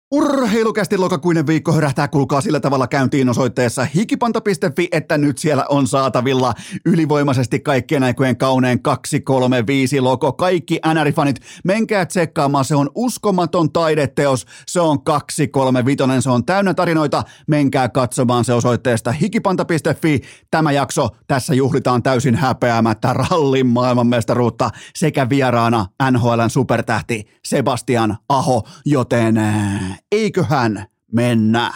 Urheilukästi lokakuinen viikko hörähtää, kuulkaa sillä tavalla käyntiin osoitteessa hikipanta.fi, että nyt siellä on saatavilla ylivoimaisesti kaikkien aikojen kaunein 235 logo. Kaikki NR-fanit, menkää tsekkaamaan, se on uskomaton taideteos, se on 235, se on täynnä tarinoita, menkää katsomaan se osoitteesta hikipanta.fi. Tämä jakso, tässä juhlitaan täysin häpeämättä rallin maailmanmestaruutta sekä vieraana NHL:n supertähti Sebastian Aho, joten eiköhän mennä.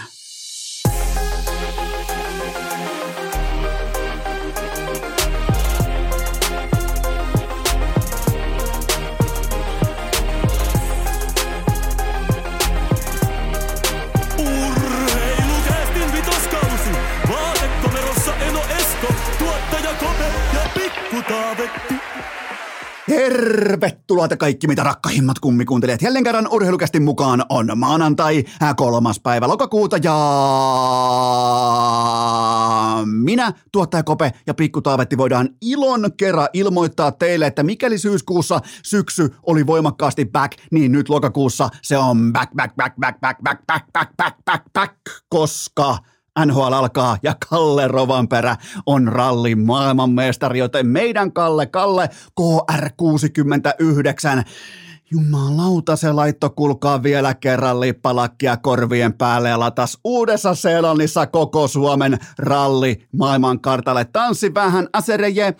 Urheilukästin vitoskausi. Vaatekomerossa Eno Esko, tuottaja Kope ja Pikku Taavetti. Tervetuloa te kaikki mitä rakkahimmat kummikuuntelijat. Jälleen kerran Urheilukästin mukaan on maanantai 3. päivä lokakuuta ja minä, tuottaja Kope ja Pikku Taavetti voidaan ilon kerran ilmoittaa teille, että mikäli syyskuussa syksy oli voimakkaasti back, niin nyt lokakuussa se on back, koska NHL alkaa ja Kalle Rovanperä on rallin maailmanmestari, joten meidän Kalle KR69, jumalauta se laitto kulkaa vielä kerran lippalakkia korvien päälle ja latas Uudessa-Seelannissa koko Suomen ralli maailmankartalle. Tanssi vähän, asereje,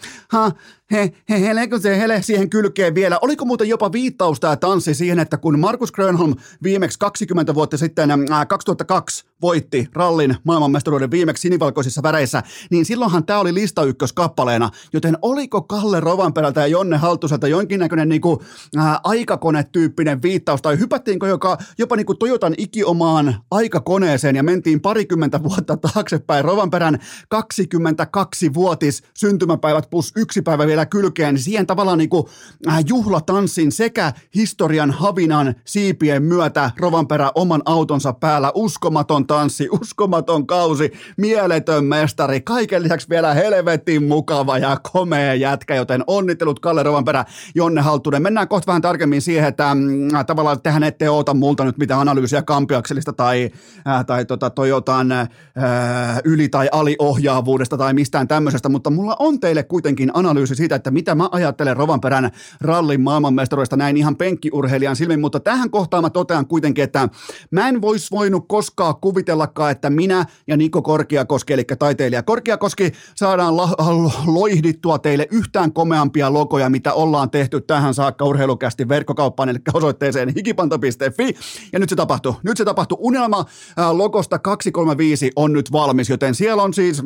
kun se hele siihen kylkeen vielä. Oliko muuten jopa viittaus tämä tanssi siihen, että kun Markus Grönholm viimeksi 20 vuotta sitten 2002 voitti rallin maailmanmestaruuden viimeksi sinivalkoisissa väreissä, niin silloinhan tämä oli lista ykköskappaleena, joten oliko Kalle Rovanperältä ja Jonne Halttuselta jonkinnäköinen aikakonetyyppinen viittaus, tai hypättiinkö jopa Toyotan ikiomaan aikakoneeseen ja mentiin parikymmentä vuotta taaksepäin Rovanperän 22-vuotis syntymäpäivät plus 1 päivä vielä kylkeen, niin siihen tavallaan juhlatanssin sekä historian havinan siipien myötä Rovanperä oman autonsa päällä. Uskomaton tanssi, uskomaton kausi, mieletön mestari, kaiken lisäksi vielä helvetin mukava ja komea jätkä, joten onnittelut Kalle Rovanperä, Jonne Halttunen. Mennään kohta vähän tarkemmin siihen, että tavallaan tehän ette oota multa nyt mitään analyysiä Kampiakselista tai Toyotan yli- tai aliohjaavuudesta tai mistään tämmöisestä, mutta mulla on teille kuitenkin analyysi siitä, että mitä mä ajattelen Rovanperän rallin maailmanmestaruudesta näin ihan penkkiurheilijan silmin, mutta tähän kohtaan mä totean kuitenkin, että mä en voinut koskaan kuvitellakaan, että minä ja Niko Korkiakoski, eli taiteilija Korkiakoski, saadaan loihdittua teille yhtään komeampia logoja, mitä ollaan tehty tähän saakka Urheilukästin verkkokauppaan, eli osoitteeseen hikipanta.fi, ja nyt se tapahtui. Unelma logosta 235 on nyt valmis, joten siellä on siis,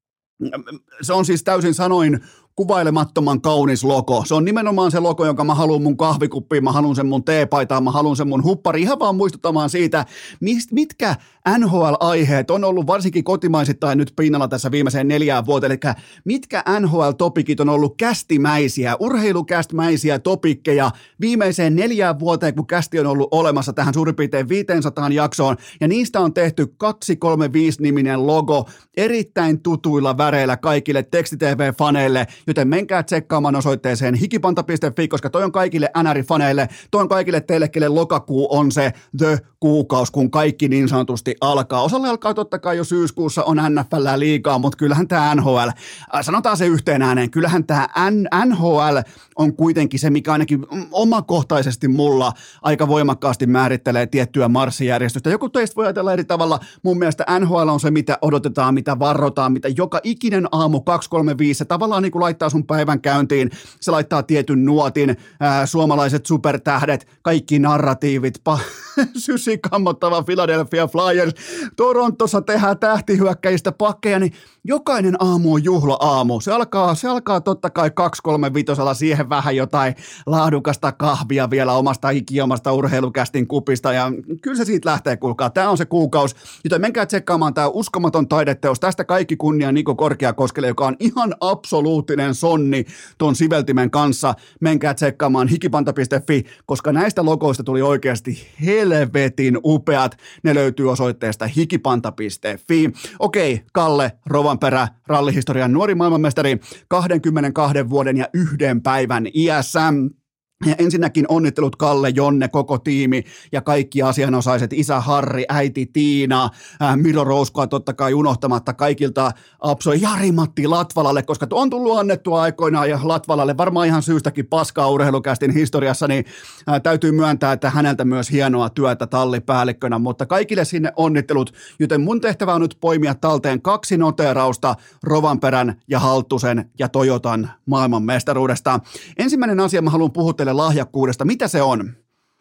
se on siis täysin sanoin kuvailemattoman kaunis logo. Se on nimenomaan se logo, jonka mä haluan mun kahvikuppiin, mä haluan sen mun teepaitaan, mä haluan sen mun huppari, ihan vaan muistuttamaan siitä, mitkä NHL-aiheet on ollut varsinkin kotimaisittain nyt pinnalla tässä viimeiseen 4 vuoteen, eli mitkä NHL-topikit on ollut kästimäisiä, urheilukästmäisiä topikkeja viimeiseen 4 vuoteen, kun kästi on ollut olemassa tähän suurin piirtein 500 jaksoon, ja niistä on tehty 235-niminen logo erittäin tutuilla väreillä kaikille tekstitv-faneille, joten menkää tsekkaamaan osoitteeseen hikipanta.fi, koska toi on kaikille NR-faneille, toi on kaikille teille, kelle lokakuu on se kuukausi, kun kaikki niin sanotusti alkaa. Osalle alkaa totta kai jo syyskuussa, on NFL liigaa, mutta kyllähän tämä NHL, sanotaan se yhteen ääneen, kyllähän tämä NHL on kuitenkin se, mikä ainakin omakohtaisesti mulla aika voimakkaasti määrittelee tiettyä marssijärjestystä. Joku teistä voi ajatella eri tavalla. Mun mielestä NHL on se, mitä odotetaan, mitä varrotaan, mitä joka ikinen aamu 235, se tavallaan niin kuin laittaa sun päivän käyntiin, se laittaa tietyn nuotin, suomalaiset supertähdet, kaikki narratiivit, sysikammottava Philadelphia Flyers, Torontossa tehdään tähtihyökkäjistä pakkeja, niin jokainen aamu on juhla-aamu. Se alkaa totta kai 235 siihen vähän jotain laadukasta kahvia vielä omasta ikiomasta Urheilukästin kupista, ja kyllä se siitä lähtee, kuulkaa. Tämä on se kuukausi, joten menkää tsekkaamaan tämä uskomaton taideteos. Tästä kaikki kunnia Niko Korkiakoskelle, joka on ihan absoluuttinen sonni ton siveltimen kanssa. Menkää tsekkaamaan hikipanta.fi, koska näistä logoista tuli oikeasti helvetin upeat. Ne löytyy osoitteesta hikipanta.fi. Okei, Kalle Rovanperä, rallihistorian nuori maailmanmestari, 22 vuoden ja 1 päivän iässä. Ja ensinnäkin onnittelut Kalle, Jonne, koko tiimi ja kaikki asianosaiset, isä Harri, äiti Tiina, Miro Rouskoa totta kai unohtamatta kaikilta apsoi Jari-Matti Latvalalle, koska on tullut annettua aikoinaan ja Latvalalle varmaan ihan syystäkin paskaa urheilukästin historiassa, niin täytyy myöntää, että häneltä myös hienoa työtä tallipäällikkönä, mutta kaikille sinne onnittelut, joten mun tehtävä on nyt poimia talteen 2 noteerausta Rovanperän ja Halttusen ja Toyotan maailmanmestaruudesta. Ensimmäinen asia, mä haluan puhua teille lahjakkuudesta. Mitä se on?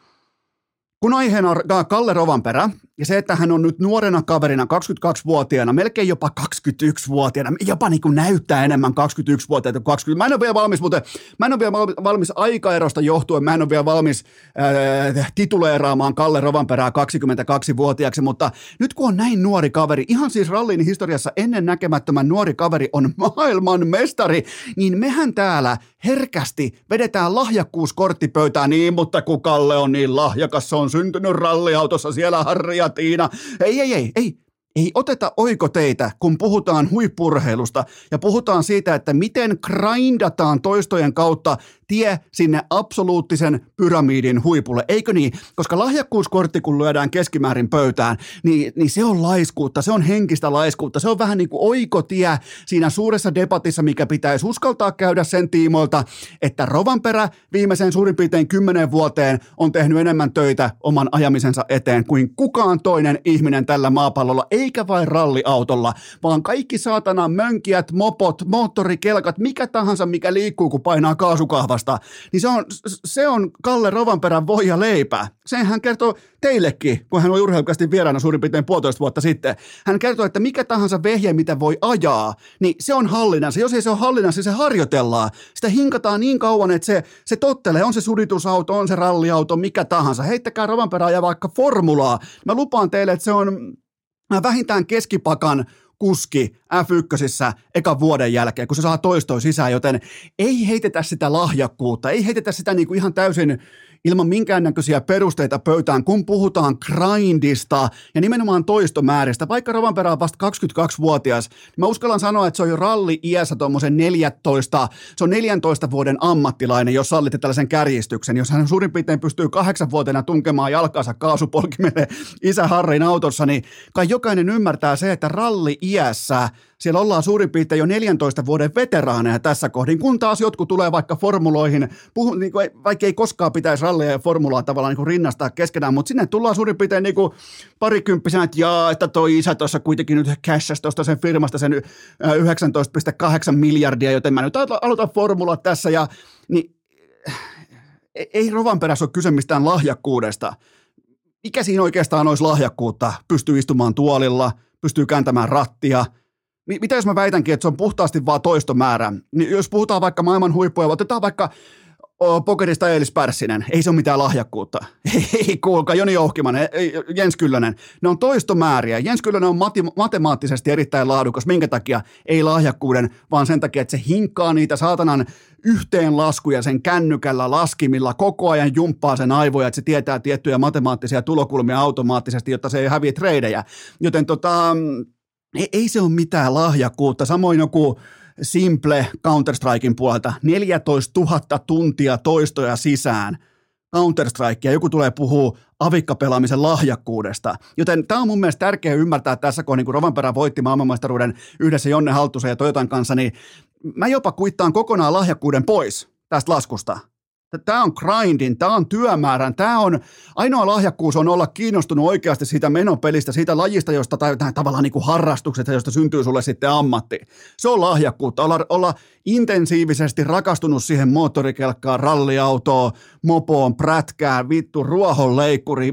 Kun aiheena on Kalle Rovanperä ja se, että hän on nyt nuorena kaverina, 22-vuotiaana, melkein jopa 21-vuotiaana, jopa niin kuin näyttää enemmän 21-vuotiaita kuin 20. Mä en ole vielä valmis, mutta mä en ole vielä valmis aikaerosta johtuen, mä en ole vielä valmis tituleeraamaan Kalle Rovanperää 22-vuotiaaksi, mutta nyt kun on näin nuori kaveri, ihan siis rallin historiassa ennen näkemättömän nuori kaveri on maailman mestari, niin mehän täällä herkästi vedetään lahjakkuuskorttipöytään niin, mutta kun Kalle on niin lahjakas, se on syntynyt ralliautossa siellä Harri ja Tiina. Ei oteta oikoteitä, kun puhutaan huippurheilusta ja puhutaan siitä, että miten grindataan toistojen kautta tie sinne absoluuttisen pyramidin huipulle. Eikö niin? Koska lahjakkuuskortti, kun lyödään keskimäärin pöytään, niin se on laiskuutta, se on henkistä laiskuutta, se on vähän niin kuin oikotie siinä suuressa debatissa, mikä pitäisi uskaltaa käydä sen tiimoilta, että Rovanperä viimeisen suurin piirtein 10 vuoteen on tehnyt enemmän töitä oman ajamisensa eteen kuin kukaan toinen ihminen tällä maapallolla, eikä vain ralliautolla, vaan kaikki saatana mönkijät, mopot, moottorikelkat, mikä tahansa, mikä liikkuu, kun painaa kaasukahvasta, niin se on Kalle Rovanperän voi ja leipä. Sen hän kertoo teillekin, kun hän oli urheilukästin vieraana suurin piirtein 1,5 vuotta sitten. Hän kertoo, että mikä tahansa vehje, mitä voi ajaa, niin se on hallinnassa. Jos ei se ole hallinnassa, se harjoitellaan. Sitä hinkataan niin kauan, että se tottelee. On se suditusauto, on se ralliauto, mikä tahansa. Heittäkää Rovanperää ja vaikka formulaa. Mä lupaan teille, että se on vähintään keskipakan kuski F1:ssä ekan vuoden jälkeen, kun se saa toistoa sisään, joten ei heitetä sitä lahjakkuutta, ei heitetä sitä niin kuin ihan täysin ilman minkäännäköisiä perusteita pöytään, kun puhutaan grindista ja nimenomaan toistomääristä. Vaikka Rovanperä on vasta 22-vuotias, niin mä uskallan sanoa, että se on jo ralli-iässä tuommoisen 14 vuoden ammattilainen, jos sallitte tällaisen kärjistyksen. Jos hän suurin piirtein pystyy 8-vuotiaana tunkemaan jalkansa kaasupolkimelle isä Harrin autossa, niin kai jokainen ymmärtää se, että ralli-iässä siellä ollaan suurin piirtein jo 14 vuoden veteraaneja tässä kohdin, kun taas jotkut tulee vaikka formuloihin, niin kuin, vaikka ei koskaan pitäisi rallia ja formulaa tavallaan niin kuin rinnastaa keskenään, mutta sinne tullaan suurin piirtein niin kuin parikymppisenä, että toi isä tuossa kuitenkin nyt cashasi tuosta sen firmasta sen 19,8 miljardia, joten mä nyt aloitan formulaa tässä, ja niin ei Rovanperässä ole kyse mistään lahjakkuudesta. Mikä siinä oikeastaan olisi lahjakkuutta? Pystyy istumaan tuolilla, pystyy kääntämään rattia. Mitä jos mä väitänkin, että se on puhtaasti vaan toistomäärä? Niin jos puhutaan vaikka maailman huippuja, otetaan vaikka pokerista Eelis Pärssinen, ei se ole mitään lahjakkuutta. Ei kuulkaa, Joni Jouhkimanen, Jens Kyllönen, ne on toistomääriä. Jens Kyllönen on matemaattisesti erittäin laadukas. Minkä takia? Ei lahjakkuuden, vaan sen takia, että se hinkkaa niitä saatanan yhteenlaskuja sen kännykällä laskimilla, koko ajan jumppaa sen aivoja, että se tietää tiettyjä matemaattisia tulokulmia automaattisesti, jotta se ei häviä treidejä. Joten ei se ole mitään lahjakkuutta. Samoin joku Simple Counter-Strikein puolelta 14 000 tuntia toistoja sisään. Counter-Strikea, joku tulee puhua avikkapelaamisen lahjakkuudesta. Joten tämä on mun mielestä tärkeää ymmärtää tässä, kun Rovanperä voitti maailmanmestaruuden yhdessä Jonne Halttusen ja Toyotan kanssa, niin mä jopa kuittaan kokonaan lahjakkuuden pois tästä laskusta. Tämä on grindin, tämä on työmäärän, tämä on, ainoa lahjakkuus on olla kiinnostunut oikeasti siitä menopelistä, siitä lajista, josta tai tavallaan niin kuin harrastuksesta, josta syntyy sulle sitten ammatti. Se on lahjakkuutta, olla intensiivisesti rakastunut siihen moottorikelkkaan, ralliautoon, mopoon, prätkään, vittu, ruohonleikkuriin.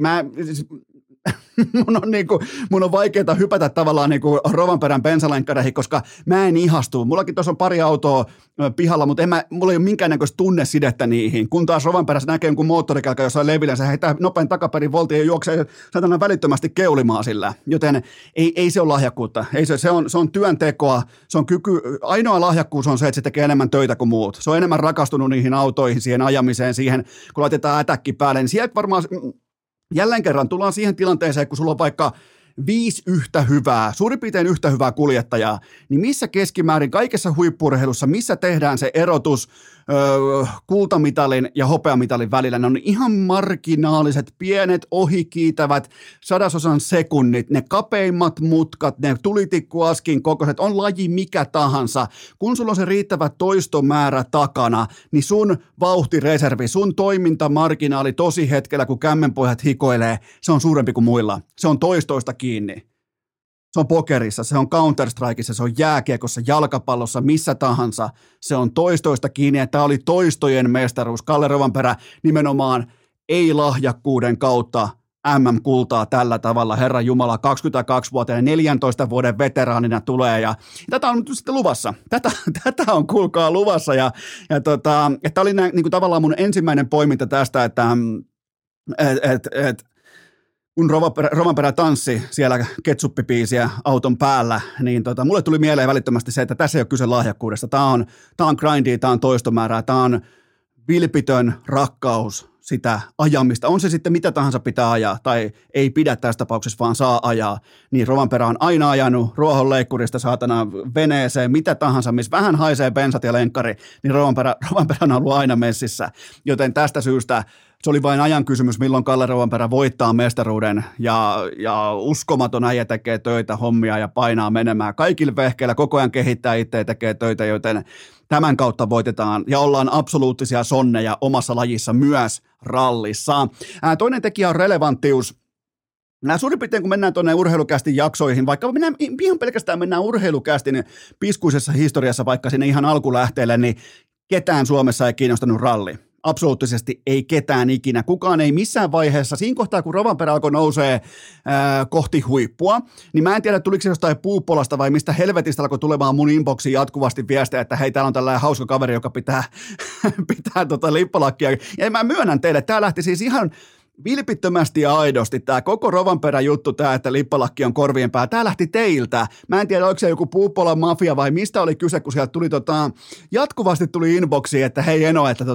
Mun on vaikeaa hypätä tavallaan niin kuin Rovanperän bensalenkkareihin, koska mä en ihastu. Mullakin tuossa on pari autoa pihalla, mutta mulla ei ole minkäännäköistä tunnesidettä niihin. Kun taas Rovanperässä näkee jonkun moottorikelkan jossain levillä, se heittää nopein takaperin voltin ja juoksee satana välittömästi keulimaan sillä. Joten ei se ole lahjakkuutta. Se on työntekoa, se on kyky. Ainoa lahjakkuus on se, että se tekee enemmän töitä kuin muut. Se on enemmän rakastunut niihin autoihin, siihen ajamiseen, siihen, kun laitetaan ätäkki päälle, niin sieltä varmaan jälleen kerran tullaan siihen tilanteeseen, kun sulla on vaikka 5 suurin piirtein yhtä hyvää kuljettajaa, niin missä keskimäärin kaikessa huippu-urheilussa, missä tehdään se erotus kultamitalin ja hopeamitalin välillä. Ne on ihan marginaaliset, pienet, ohikiitävät, sadasosan sekunnit, ne kapeimmat mutkat, ne tulitikkuaskin kokoiset, on laji mikä tahansa. Kun sulla on se riittävä toistomäärä takana, niin sun vauhtireservi, sun toimintamarginaali tosi hetkellä, kun kämmenpojat hikoilee, se on suurempi kuin muilla. Se on toistoista kiinni. Se on pokerissa, se on Counter-Strikeissa, se on jääkiekossa, jalkapallossa, missä tahansa. Se on toistoista kiinni, että tämä oli toistojen mestaruus. Kalle Rovanperä nimenomaan ei-lahjakkuuden kautta MM-kultaa tällä tavalla. Herran Jumala, 22-vuotiaana, 14 vuoden veteraanina tulee ja tätä on nyt sitten luvassa. Tätä on kuulkaa luvassa ja tämä oli niin kuin tavallaan mun ensimmäinen poiminta tästä, että kun Rovanperä tanssi siellä ketsuppipiisiä auton päällä, niin mulle tuli mieleen välittömästi se, että tässä ei ole kyse lahjakkuudesta. Tämä on grindia, tämä on toistomäärää, tämä on vilpitön rakkaus sitä ajamista. On se sitten mitä tahansa pitää ajaa, tai ei pidä tässä tapauksessa, vaan saa ajaa. Niin Rovanperä on aina ajanut ruohonleikkurista saatana veneeseen, mitä tahansa, missä vähän haisee bensat ja lenkkari, niin Rovanperä on ollut aina messissä. Joten tästä syystä se oli vain ajan kysymys, milloin Kalle Rovanperä voittaa mestaruuden ja uskomaton äijä tekee töitä, hommia ja painaa menemään. Kaikilla vehkeillä koko ajan kehittää itse ja tekee töitä, joten tämän kautta voitetaan ja ollaan absoluuttisia sonneja omassa lajissa myös rallissa. Toinen tekijä on relevanttius. Suurin piirtein kun mennään tuonne urheilukästin jaksoihin, vaikka ihan pelkästään mennään urheilukästin piskuisessa historiassa vaikka sinne ihan alkulähteelle, niin ketään Suomessa ei kiinnostanut ralli. Absoluuttisesti ei ketään ikinä. Kukaan ei missään vaiheessa, siinä kohtaa kun Rovanperä alkoi nousee kohti huippua, niin mä en tiedä tuliko se jostain Puupolasta vai mistä helvetistä alkoi tulemaan mun inboxiin jatkuvasti viestejä, että hei, täällä on tällainen hauska kaveri, joka pitää lippalakkia. Ja mä myönnän teille, että tää lähti siis ihan vilpittömästi ja aidosti tämä koko Rovanperä juttu, tämä, että lippalakki on korvien päällä, tämä lähti teiltä. Mä en tiedä, oliko se joku Puupolan mafia vai mistä oli kyse, kun sieltä tuli jatkuvasti tuli inboxiin, että hei Eno, että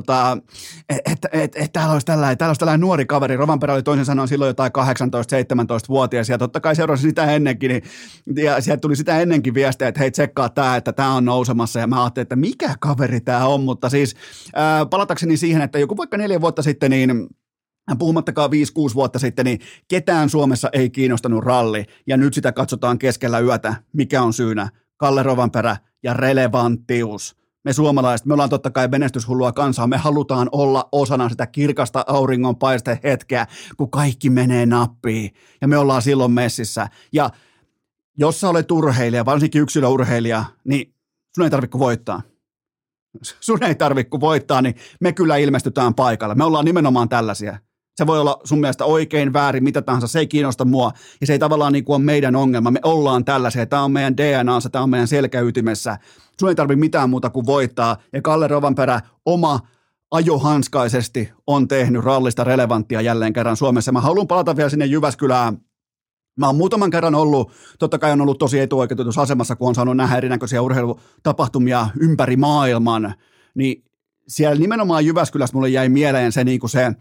täällä olisi tällainen nuori kaveri. Rovanperä oli toisin sanoen silloin jotain 18-17-vuotias ja totta kai seurasi sitä ennenkin, niin, ja sieltä tuli sitä ennenkin viestejä, että hei tsekkaa tämä, että tämä on nousemassa ja mä ajattelin, että mikä kaveri tämä on, mutta siis palatakseni siihen, että joku vaikka 4 vuotta sitten, niin puhumattakaan 5-6 vuotta sitten, niin ketään Suomessa ei kiinnostanut ralli, ja nyt sitä katsotaan keskellä yötä. Mikä on syynä? Kalle Rovanperä ja relevanttius. Me suomalaiset, me ollaan totta kai menestyshullua kansaa, me halutaan olla osana sitä kirkasta auringonpaistehetkeä, kun kaikki menee nappiin, ja me ollaan silloin messissä. Ja jos sä olet urheilija, varsinkin yksilöurheilija, niin sun ei tarvitse voittaa. Sun ei tarvitse voittaa, niin me kyllä ilmestytään paikalle. Me ollaan nimenomaan tällaisia. Se voi olla sun mielestä oikein, väärin, mitä tahansa, se ei kiinnosta mua, ja se ei tavallaan niin kuin ole meidän ongelma. Me ollaan tällaisia, tämä on meidän DNAssa, tämä on meidän selkäytimessä. Sun ei tarvitse mitään muuta kuin voittaa, ja Kalle Rovanperä oma ajohanskaisesti on tehnyt rallista relevanttia jälleen kerran Suomessa. Mä haluan palata vielä sinne Jyväskylään. Mä oon muutaman kerran ollut, totta kai on ollut tosi etuoikeutetussa asemassa, kun on saanut nähdä erinäköisiä urheilutapahtumia ympäri maailman, niin siellä nimenomaan Jyväskylässä mulle jäi mieleen se, niin kuin se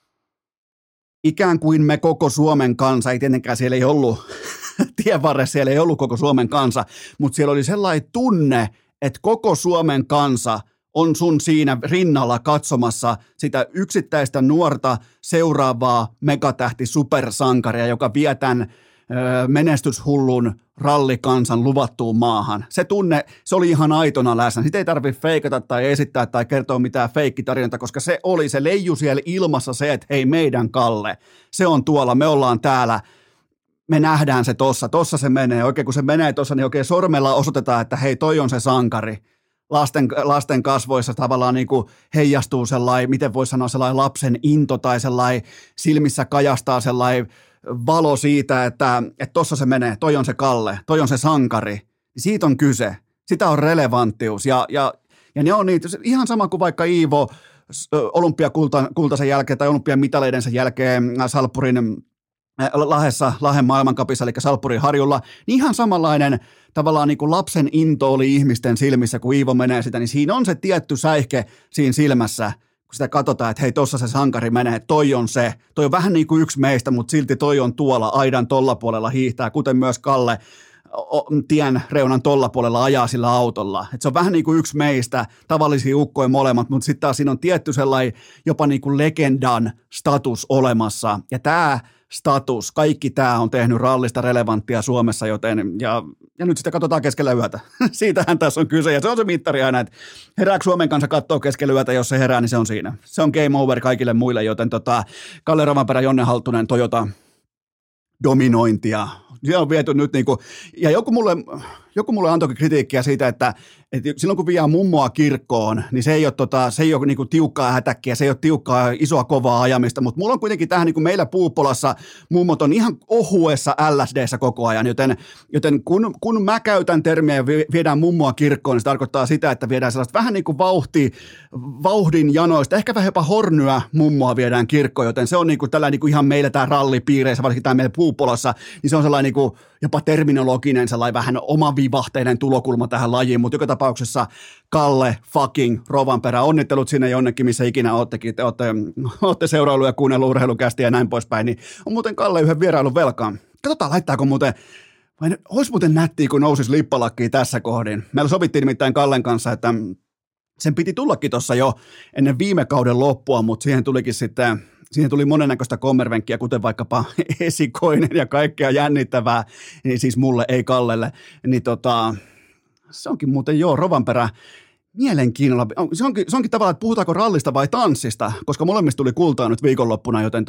ikään kuin me koko Suomen kansa, ei tietenkään siellä ei ollut, tien varressa siellä ei ollut koko Suomen kansa, mutta siellä oli sellainen tunne, että koko Suomen kansa on sun siinä rinnalla katsomassa sitä yksittäistä nuorta seuraavaa megatähti supersankaria, joka vie tämän menestyshullun rallikansan luvattuun maahan. Se tunne, se oli ihan aitona läsnä. Sitä ei tarvitse feikata tai esittää tai kertoa mitään feikkitarjonta, koska se leiju siellä ilmassa se, että hei meidän Kalle, se on tuolla, me ollaan täällä, me nähdään se tossa se menee. Oikein kun se menee tossa, niin oikein sormella osoitetaan, että hei toi on se sankari. Lasten kasvoissa tavallaan niin kuin heijastuu sellainen, miten voisi sanoa, sellainen lapsen into tai sellainen silmissä kajastaa sellainen valo siitä, että tossa se menee, toi on se Kalle, toi on se sankari. Siitä on kyse, sitä on relevanttius ja ne on niitä, ihan sama kuin vaikka Iivo olympiakultaisen jälkeen tai olympiamitalleidensa jälkeen Salppurin Lahden maailmankapissa, eli Salppurin harjulla, niin ihan samanlainen tavallaan niin kuin lapsen into oli ihmisten silmissä, kun Iivo menee sitä, niin siinä on se tietty säihke siinä silmässä, kun sitä katsotaan, että hei, tossa se sankari menee, toi on se, toi on vähän niin kuin yksi meistä, mutta silti toi on tuolla aidan tolla puolella hiihtää, kuten myös Kalle tien reunan tolla puolella ajaa sillä autolla. Et se on vähän niin kuin yksi meistä, tavallisia ukkoja molemmat, mutta sitten taas siinä on tietty sellainen jopa niin kuin legendan status olemassa. Ja tämä status, kaikki tämä on tehnyt rallista relevanttia Suomessa, joten, ja nyt sitä katsotaan keskellä yötä. Siitähän tässä on kyse, ja se on se mittari aina, että herääkö Suomen kanssa katsoo keskellä yötä, jos se herää, niin se on siinä. Se on game over kaikille muille, joten Kalle Rovanperä, Jonne Halttunen, Toyota dominointia. Se on viety nyt niinku, ja joku mulle antoi kritiikkiä siitä, että silloin kun vie mummoa kirkkoon, niin se ei ole niinku tiukkaa hätäkkiä, se ei ole tiukkaa isoa kovaa ajamista, mutta mulla on kuitenkin tähän niinku meillä Puupolassa mummot on ihan ohuessa LSD:ssä koko ajan, joten kun mä käytän termiä ja viedään mummoa kirkkoon, niin se tarkoittaa sitä, että viedään sellaista vähän niin kuin vauhdin janoista, ehkä vähän jopa hornyä mummoa viedään kirkkoon, joten se on niinku tällainen niinku ihan meillä tää rallipiireissä, varsinkin tää meillä Puupolassa, niin se on sellainen niinku jopa terminologinen, sellainen vähän omavivahteinen tulokulma tähän lajiin, mutta joka tapauksessa Kalle fucking Rovanperä, onnittelut sinne jonnekin, missä ikinä oottekin, te ootte seuraillut ja kuunnellut urheilukästiä ja näin poispäin, niin on muuten Kalle yhden vierailun velkaan. Katsotaan, laittaako muuten, olisi muuten nättiä, kun nousisi lippalakkiin tässä kohdin. Meillä sovittiin nimittäin Kallen kanssa, että sen piti tullakin tuossa jo ennen viime kauden loppua, mutta siihen tuli monennäköistä kommervenkkiä, kuten vaikkapa esikoinen ja kaikkea jännittävää, niin siis mulle, ei Kallelle, niin se onkin muuten Rovanperä mielenkiinnolla. Se onkin tavallaan, että puhutaanko rallista vai tanssista, koska molemmista tuli kultaa nyt viikonloppuna, joten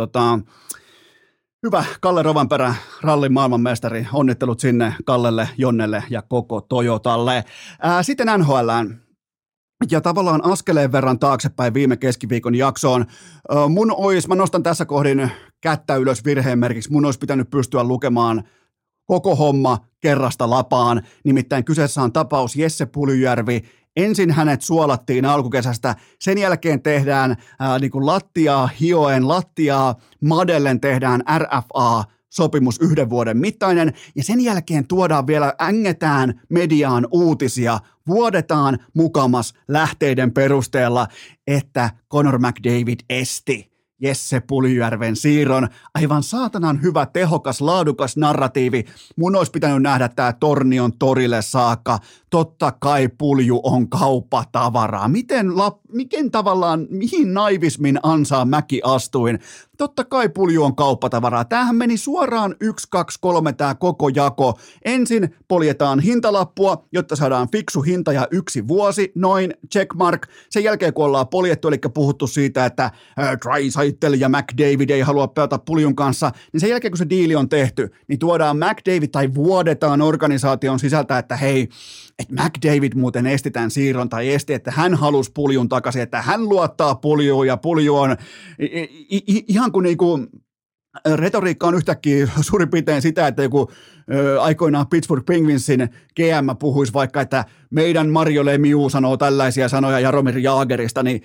hyvä Kalle Rovanperä, rallin maailmanmestari, onnittelut sinne Kallelle, Jonnelle ja koko Toyotalle. Sitten NHL:ään. Ja tavallaan askeleen verran taaksepäin viime keskiviikon jaksoon. Mä nostan tässä kohdin kättä ylös virheen merkiksi. Mun olisi pitänyt pystyä lukemaan koko homma kerrasta lapaan. Nimittäin kyseessä on tapaus Jesse Puljujärvi. Ensin hänet suolattiin alkukesästä, sen jälkeen tehdään niin kuin lattiaa madellen tehdään RFA-sopimus 1 vuoden mittainen, ja sen jälkeen ängetään mediaan uutisia, vuodetaan mukamas lähteiden perusteella, että Conor McDavid esti Jesse Puljujärven siirron. Aivan saatanan hyvä, tehokas, laadukas narratiivi. Mun olisi pitänyt nähdä tää Tornion torille saakka. Totta kai Pulju on kauppatavaraa. Mihin naivismin ansaan mäki astuin? Totta kai Pulju on kauppatavaraa. Tämähän meni suoraan 1, 2, 3 tää koko jako. Ensin poljetaan hintalappua, jotta saadaan fiksu hinta ja 1 vuosi, noin checkmark. Sen jälkeen kun ollaan poljettu, eli puhuttu siitä, että Draisaitl ja McDavid ei halua pelata Puljun kanssa, niin sen jälkeen kun se diili on tehty, niin tuodaan McDavid tai vuodetaan organisaation sisältä, että hei, että McDavid muuten esti tämän siirron tai että hän halusi Puljun takaisin, että hän luottaa Puljuun ja Pulju on ihan kuin niinku retoriikka on yhtäkkiä suurin piirtein sitä, että joku aikoinaan Pittsburgh Penguinsin GM puhuisi vaikka, että meidän Mario Lemieux sanoo tällaisia sanoja Jaromir Jaagerista, niin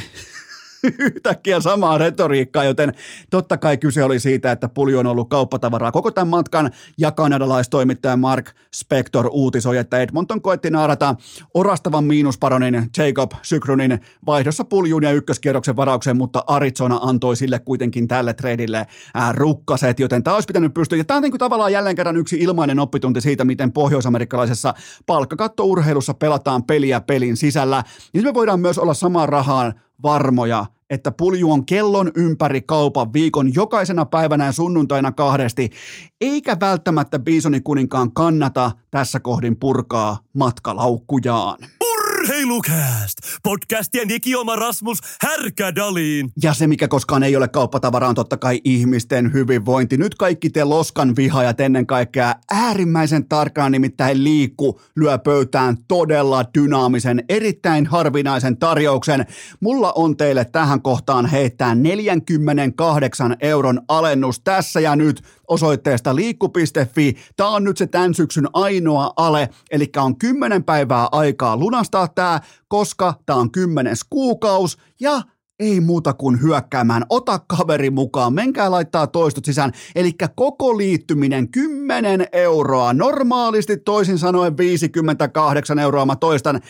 yhtäkkiä samaa retoriikkaa, joten totta kai kyse oli siitä, että Pulju on ollut kauppatavaraa koko tämän matkan, ja kanadalaistoimittaja Mark Spector uutisoi, että Edmonton koetti naarata orastavan miinusparonin Jacob Sykronin vaihdossa Puljun ja ykköskierroksen varauksen, mutta Arizona antoi sille kuitenkin tälle treidille rukkaset, joten tämä olisi pitänyt pystyä, ja tämä on niin kuin tavallaan jälleen kerran yksi ilmainen oppitunti siitä, miten pohjoisamerikkalaisessa palkkakattourheilussa pelataan peliä pelin sisällä, niin me voidaan myös olla samaan rahaan varmoja, että Pulju on kellon ympäri kaupan viikon jokaisena päivänä ja sunnuntaina 2, eikä välttämättä Bisonin kuninkaan kannata tässä kohdin purkaa matkalaukkujaan. Urheilukääst! Podcastien ikioma Rasmus Härkädaliin. Ja se, mikä koskaan ei ole kauppatavara, on totta kai ihmisten hyvinvointi. Nyt kaikki te loskan vihaajat ennen kaikkea äärimmäisen tarkkaan, nimittäin Liikku lyö pöytään todella dynaamisen, erittäin harvinaisen tarjouksen. Mulla on teille tähän kohtaan heittää 48 € alennus tässä ja nyt osoitteesta liikku.fi. Tämä on nyt se tämän syksyn ainoa ale, eli on 10 päivää aikaa lunastaa tämä, koska tämä on 10. kuukaus ja ei muuta kuin hyökkäämään. Ota kaveri mukaan, menkää laittaa toistot sisään. Eli koko liittyminen 10 euroa. Normaalisti toisin sanoen 58 euroa. Mä toistan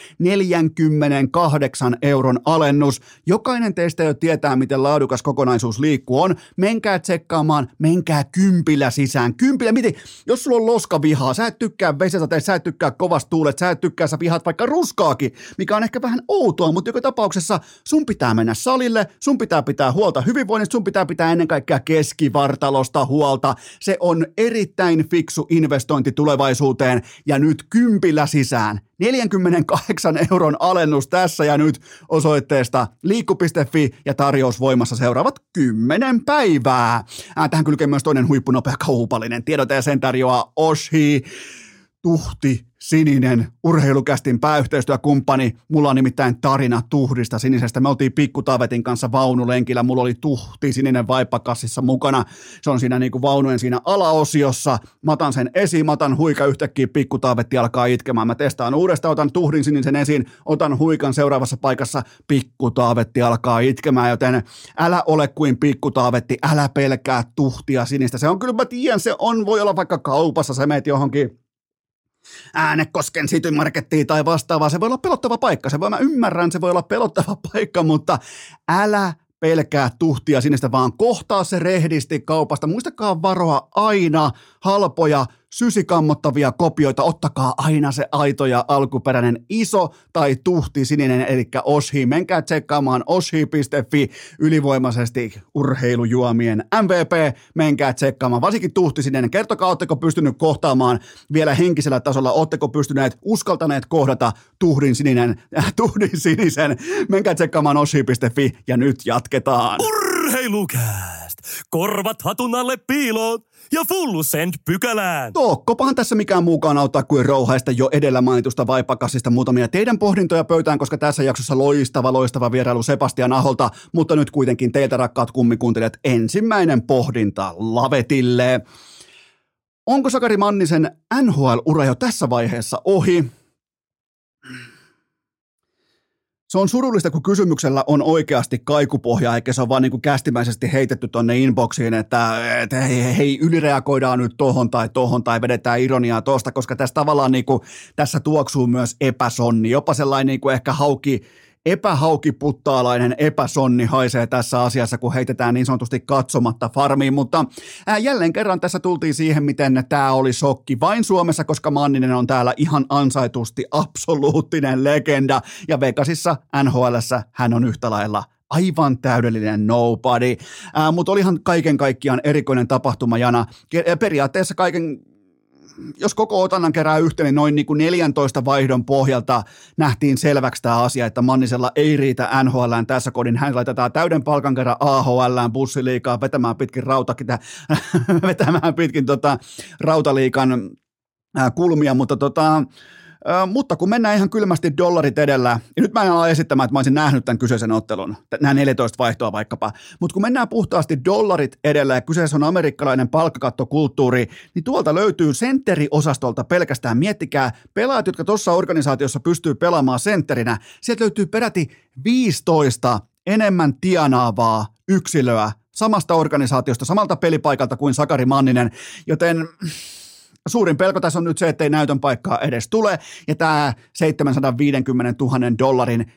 48 euron alennus. Jokainen teistä jo tietää, miten laadukas kokonaisuus liikkuu on. Menkää tsekkaamaan, menkää kympillä sisään. Kympillä, miten? Jos sulla on loskavihaa, sä et tykkää vesesateista, sä et tykkää kovasta tuulet, sä et tykkää, sä vihaat vaikka ruskaakin, mikä on ehkä vähän outoa, mutta joka tapauksessa sun pitää mennä salille, sun pitää pitää huolta hyvinvoinnista, sun pitää pitää ennen kaikkea keskivartalosta huolta. Se on erittäin fiksu investointi tulevaisuuteen ja nyt kympillä sisään. 48 euron alennus tässä ja nyt osoitteesta liikku.fi ja tarjous voimassa seuraavat 10 päivää. Tähän kylkee myös toinen huippunopea kaupallinen tiedote ja sen tarjoaa Oshi. Tuhti Sininen, urheilukästin pääyhteistyökumppani. Mulla on nimittäin tarina Tuhdista Sinisestä. Me oltiin Pikku Taavetin kanssa vaunulenkillä. Mulla oli Tuhti Sininen vaippakassissa mukana. Se on siinä niinku vaunujen siinä alaosiossa. Mä otan sen esiin, mä otan huika yhtäkkiä. Pikku Taavetti alkaa itkemään. Mä testaan uudestaan, otan Tuhdin Sinisen esiin, otan huikan seuraavassa paikassa. Pikku Taavetti alkaa itkemään, joten älä ole kuin Pikku Taavetti, älä pelkää Tuhtia Sinistä. Se on kyllä, mä tiedän, voi olla vaikka kaupassa, sä meet johonkin Äänekosken Citymarkettiin tai vastaavaa. Se voi olla pelottava paikka. Mä ymmärrän, se voi olla pelottava paikka, mutta älä pelkää Tuhtia Sinistä, vaan kohtaa se rehdisti kaupasta. Muistakaa varoa aina halpoja, sysikammottavia kopioita. Ottakaa aina se aito ja alkuperäinen iso tai Tuhti Sininen, eli Oshi. Menkää tsekkaamaan oshi.fi ylivoimaisesti urheilujuomien MVP. Menkää tsekkaamaan, varsinkin Tuhti Sininen. Kertokaa, ootteko pystynyt kohtaamaan vielä henkisellä tasolla, ootteko pystyneet, uskaltaneet kohdata Tuhdin Sinisen. Menkää tsekkaamaan oshi.fi ja nyt jatketaan. Urheilukääst! Korvat hatun alle piiloon ja Full Send pykälään. Tokkopahan tässä mikään muukaan auttaa kuin rouhaista jo edellä mainitusta vaippakassista muutamia teidän pohdintoja pöytään, koska tässä jaksossa loistava vierailu Sebastian Aholta, mutta nyt kuitenkin teiltä rakkaat kummikuuntelijat ensimmäinen pohdinta lavetille. Onko Sakari Mannisen NHL-ura jo tässä vaiheessa ohi? Se on surullista, kun kysymyksellä on oikeasti kaikupohja, eikä se on vaan niin kuin kästimäisesti heitetty tonne inboxiin, että hei, ylireagoidaan nyt tohon tai vedetään ironiaa tosta, koska tässä tavallaan niin kuin, tässä tuoksuu myös epäsonni, jopa sellainen niin kuin ehkä epähaukiputtaalainen epäsonni haisee tässä asiassa, kun heitetään niin sanotusti katsomatta farmiin, mutta jälleen kerran tässä tultiin siihen, miten tämä oli shokki vain Suomessa, koska Manninen on täällä ihan ansaitusti absoluuttinen legenda, ja Vegasissa, NHL:ssä hän on yhtä lailla aivan täydellinen nobody, mutta olihan kaiken kaikkiaan erikoinen tapahtuma, Jana. Periaatteessa jos koko otannan kerää yhteen, niin noin 14 vaihdon pohjalta nähtiin selväksi tämä asia, että Mannisella ei riitä NHL:ään tässä kodin. Hän laitetaan täyden palkan kerran AHL:ään bussiliikaa vetämään pitkin rautaliikan kulmia, mutta kun mennään ihan kylmästi dollarit edellä, ja nyt mä en ala esittämään, että mä olisin nähnyt tämän kyseisen ottelun, nämä 14 vaihtoa vaikkapa, mutta kun mennään puhtaasti dollarit edellä ja kyseessä on amerikkalainen palkkakattokulttuuri, niin tuolta löytyy senteriosastolta pelkästään, miettikää, pelaajat, jotka tuossa organisaatiossa pystyy pelaamaan sentterinä, sieltä löytyy peräti 15 enemmän tienaavaa yksilöä samasta organisaatiosta, samalta pelipaikalta kuin Sakari Manninen, joten suurin pelko tässä on nyt se, että ei näytön paikkaa edes tule, ja tämä 750 000 dollarin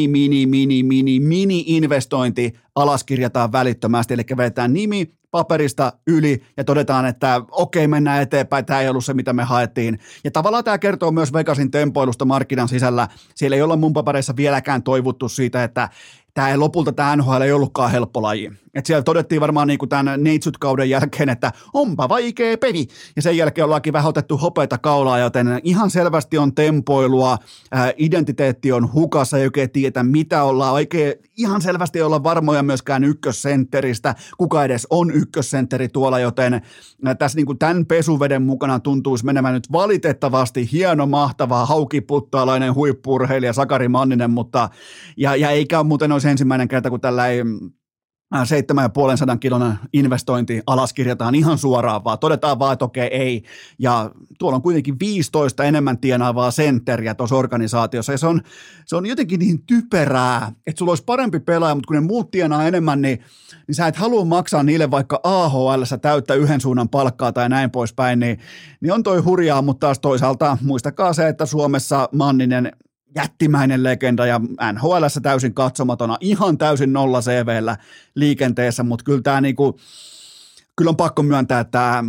mini-investointi alaskirjataan välittömästi, eli vedetään nimi paperista yli ja todetaan, että okei, mennään eteenpäin, tämä ei ollut se, mitä me haettiin. Ja tavallaan tämä kertoo myös Vegasin tempoilusta markkinan sisällä. Siellä ei olla mun papereissa vieläkään toivuttu siitä, että tämä NHL ei ollutkaan helppo laji. Et siellä todettiin varmaan niin kuin tämän Neitsyt-kauden jälkeen, että onpa vaikea peli. Ja sen jälkeen ollaankin vähän otettu hopeita kaulaa, joten ihan selvästi on tempoilua, identiteetti on hukassa, ei oikein tiedä mitä ollaan. Oikein ihan selvästi ei olla varmoja myöskään ykkössentteristä, kuka edes on ykkössentteri tuolla, joten tässä niin kuin tämän pesuveden mukana tuntuisi menevän nyt valitettavasti hieno, mahtava, haukiputtaalainen huippu-urheilija Sakari Manninen, mutta ja eikä ole muuten olisi ensimmäinen kerta, kun tällä ei 7,5 kilon investointi alaskirjataan ihan suoraan, vaan todetaan vaan, että okei, ei. Ja tuolla on kuitenkin 15 enemmän tienaavaa sentteriä tuossa organisaatiossa, ja se on jotenkin niin typerää, että sulla olisi parempi pelaaja, mutta kun ne muut tienaa enemmän, niin sä et halua maksaa niille vaikka AHL:ssä täyttä yhden suunnan palkkaa tai näin poispäin, niin on toi hurjaa, mutta taas toisaalta muistakaa se, että Suomessa Manninen jättimäinen legenda ja NHL:ssä täysin katsomatona, ihan täysin nolla CV:llä liikenteessä, mutta kyllä tämä kyllä on pakko myöntää, että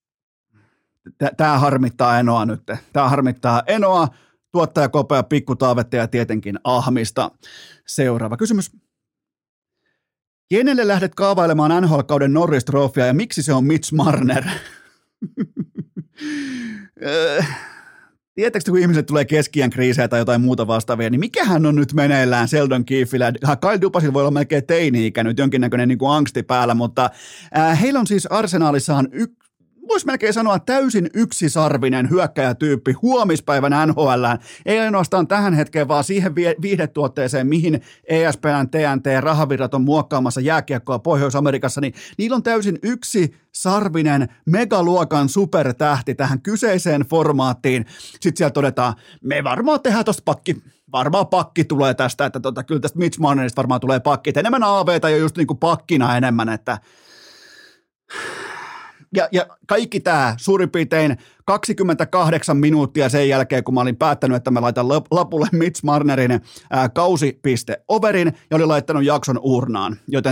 tämä harmittaa Enoa nyt. Tämä harmittaa Enoa, tuottaja Kopea, Pikku Taavetta ja tietenkin Ahmista. Seuraava kysymys. Kenelle lähdet kaavailemaan NHL-kauden Norris Trophya ja miksi se on Mitch Marner? Tiedättekö, kun ihmiset tulee keskiään kriisejä tai jotain muuta vastaavia, niin mikähän on nyt meneillään Sheldon Keefillä? Kyle Dubasilla voi olla melkein teini-ikä nyt, jonkinnäköinen niin kuin angsti päällä, mutta heillä on siis arsenaalissaan voisi melkein sanoa täysin yksisarvinen hyökkäjätyyppi huomispäivän NHL:ään. Ei ainoastaan tähän hetkeen, vaan siihen viihdetuotteeseen, mihin ESPN, TNT, rahavirrat on muokkaamassa jääkiekkoa Pohjois-Amerikassa, niin niillä on täysin yksisarvinen megaluokan supertähti tähän kyseiseen formaattiin. Sitten siellä todetaan, me varmaan tehdään tosta varmaan pakki tulee tästä, että kyllä tästä Mitch Marnerista varmaan tulee pakki. Enemmän AV:tä ja just niin kuin pakkina enemmän, että ja kaikki tämä suurin piirtein 28 minuuttia sen jälkeen, kun mä olin päättänyt, että mä laitan lapulle Mitch Marnerin kausi.overin ja olin laittanut jakson urnaan, joten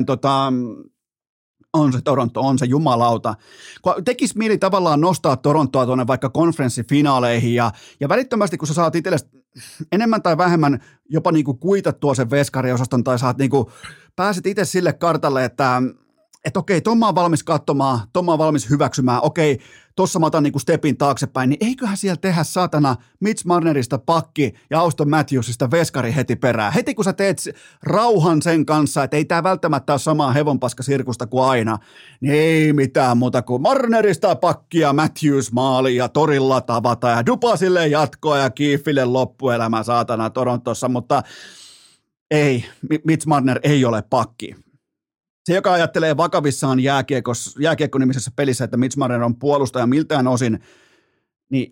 on se Toronto, on se jumalauta. Tekisi mieli tavallaan nostaa Torontoa tuonne vaikka konferenssifinaaleihin ja välittömästi, kun sä saat itsellesi enemmän tai vähemmän jopa niinku kuitattua sen veskariosaston tai pääset itse sille kartalle, että okei, ton mä oon valmis katsomaan, ton mä oon valmis hyväksymään, okei, tossa mä otan niinku stepin taaksepäin, niin eiköhän siellä tehdä saatana Mitch Marnerista pakki ja Auston Matthewsista veskari heti perään. Heti kun sä teet rauhan sen kanssa, että ei tää välttämättä ole samaa hevonpaskasirkusta kuin aina, niin ei mitään muuta kuin Marnerista pakkia, Matthews maali ja torilla tavata ja Dubasille jatkoa ja Keefille loppuelämä saatana Torontossa, mutta ei, Mitch Marner ei ole pakki. Se, joka ajattelee vakavissaan jääkiekko-nimisessä pelissä, että Mitch Marner on puolustaja miltään osin, niin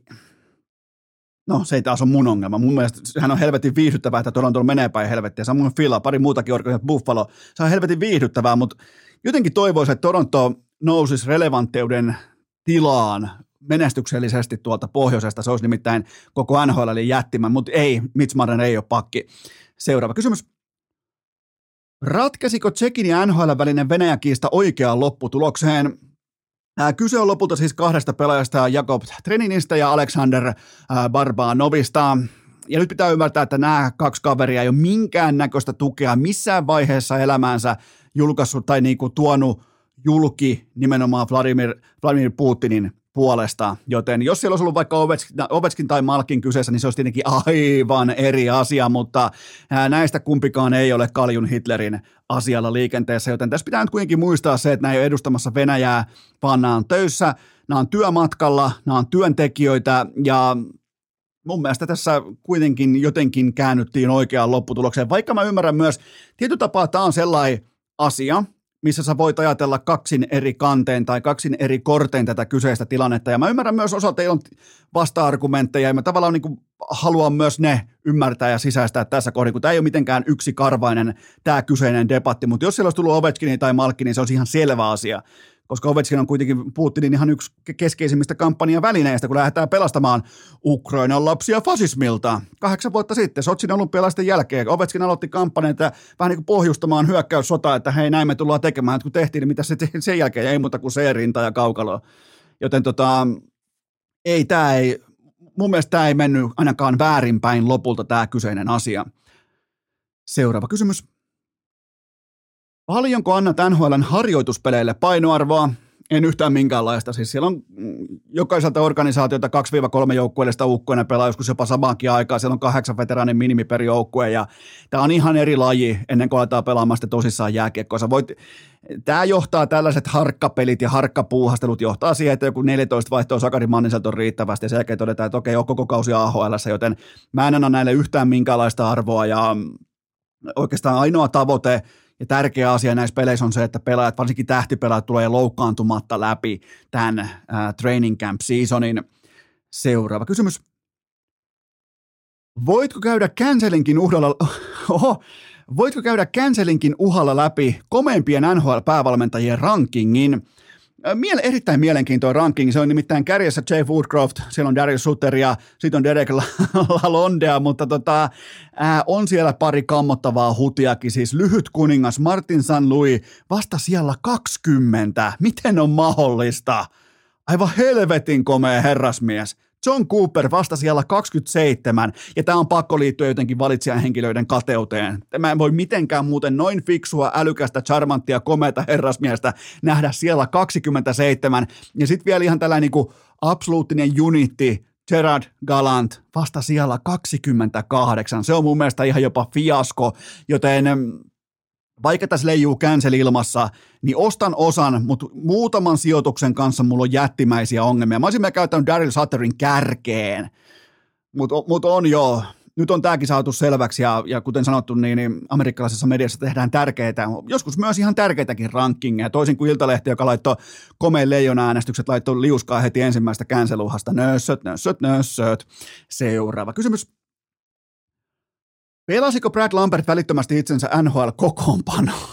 no se ei taas ole mun ongelma. Mun mielestä hän on helvetin viihdyttävää, että Toronto menee päin helvettiä. Samoin Phila, pari muutakin organisaatiota, Buffalo. Se on helvetin viihdyttävää, mutta jotenkin toivoisin, että Toronto nousisi relevantteuden tilaan menestyksellisesti tuolta pohjoisesta. Se olisi nimittäin koko NHL eli jättimä, mutta ei, Mitch Marner ei ole pakki. Seuraava kysymys. Ratkesiko Tšekin ja NHL välinen Venäjä-kiista oikeaan lopputulokseen? Kyse on lopulta siis kahdesta pelaajasta, Jakub Treninistä ja Alexander Barbanovista. Ja nyt pitää ymmärtää, että nämä kaksi kaveria ei ole minkäännäköistä tukea missään vaiheessa elämäänsä julkaissut tai niinku tuonut julki nimenomaan Vladimir Putinin puolesta, joten jos siellä olisi ollut vaikka Ovechkin tai Malkin kyseessä, niin se olisi tietenkin aivan eri asia, mutta näistä kumpikaan ei ole Kaljun Hitlerin asialla liikenteessä, joten tässä pitää nyt kuitenkin muistaa se, että nämä ei ole edustamassa Venäjää, vaan nämä on töissä, nämä on työmatkalla, nämä on työntekijöitä ja mun mielestä tässä kuitenkin jotenkin käännyttiin oikeaan lopputulokseen, vaikka mä ymmärrän myös, tietyllä tapaa tämä on sellainen asia, missä sä voit ajatella kaksin eri kanteen tai kaksin eri kortein tätä kyseistä tilannetta. Ja mä ymmärrän myös osa teillä on vasta-argumentteja, ja mä tavallaan niin kuin haluan myös ne ymmärtää ja sisäistää tässä kohdassa, kun tämä ei ole mitenkään yksikarvainen tämä kyseinen debatti, mutta jos siellä olisi tullut Ovechkin tai Malkin, niin se olisi ihan selvä asia, koska Ovechkin on kuitenkin Putinin ihan yksi keskeisimmistä kampanjavälineistä, kun lähdetään pelastamaan Ukrainan lapsia fasismilta. 8 vuotta sitten, Sotsin olympialaisten jälkeen, Ovechkin aloitti kampanjan, vähän niin kuin pohjustamaan hyökkäyssotaa, että hei, näin me tullaan tekemään, että kun tehtiin, niin mitä se sen jälkeen, ei muuta kuin C-rinta ja kaukalo. Joten mun mielestä tämä ei mennyt ainakaan väärinpäin lopulta tämä kyseinen asia. Seuraava kysymys. Paljonko annat NHL:n harjoituspeleille painoarvoa? En yhtään minkäänlaista. Siis siellä on jokaiselta organisaatiota 2-3 joukkueellista ukkoina pelaa joskus jopa samaankin aikaa. Siellä on 8 veteraanin minimi per joukkue ja tämä on ihan eri laji ennen kuin aletaan pelaamaan sitten tosissaan jääkiekkoa. Tämä johtaa tällaiset harkkapelit ja harkkapuuhastelut johtaa siihen, että joku 14 vaihtoa Sakari Manniselta on riittävästi ja sen jälkeen todetaan, että okei, on koko kausi AHL:ssä, joten mä en anna näille yhtään minkäänlaista arvoa ja oikeastaan ainoa tavoite Ja tärkeä asia näissä peleissä on se, että pelaajat, varsinkin tähtipelaajat, tulee loukkaantumatta läpi tämän training camp seasonin. Seuraava kysymys. Voitko käydä cancelinkin uhalla läpi komeimpien NHL-päävalmentajien rankingin? Erittäin mielenkiintoinen ranking, se on nimittäin kärjessä Jay Woodcroft, siellä on Daryl Sutter ja sitten on Derek Lalondea, mutta on siellä pari kammottavaa hutiakin, siis lyhyt kuningas Martin St. Louis vasta siellä 20, miten on mahdollista? Aivan helvetin komea herrasmies. John Cooper vasta siellä 27, ja tämä on pakko liittyä jotenkin valitsijan henkilöiden kateuteen. Mä en voi mitenkään muuten noin fiksua, älykästä, charmanttia, komeata herrasmiestä nähdä siellä 27, ja sitten vielä ihan tällainen niin absoluuttinen unitti, Gerard Gallant, vasta siellä 28. Se on mun mielestä ihan jopa fiasko, joten vaikka tässä leijuu cancel ilmassa, niin ostan osan, mutta muutaman sijoituksen kanssa mulla on jättimäisiä ongelmia. Mä olisin käyttänyt Daryl Sutterin kärkeen, mutta on joo. Nyt on tämäkin saatu selväksi ja kuten sanottu, niin amerikkalaisessa mediassa tehdään tärkeitä, joskus myös ihan tärkeitäkin rankingeja. Toisin kuin Iltalehti, joka laittoi komeen leijona-äänestykset, laittoi liuskaa heti ensimmäistä cancel-uhasta. Nössöt. Seuraava kysymys. Pelasiko Brad Lambert välittömästi itsensä NHL-kokoonpanoon?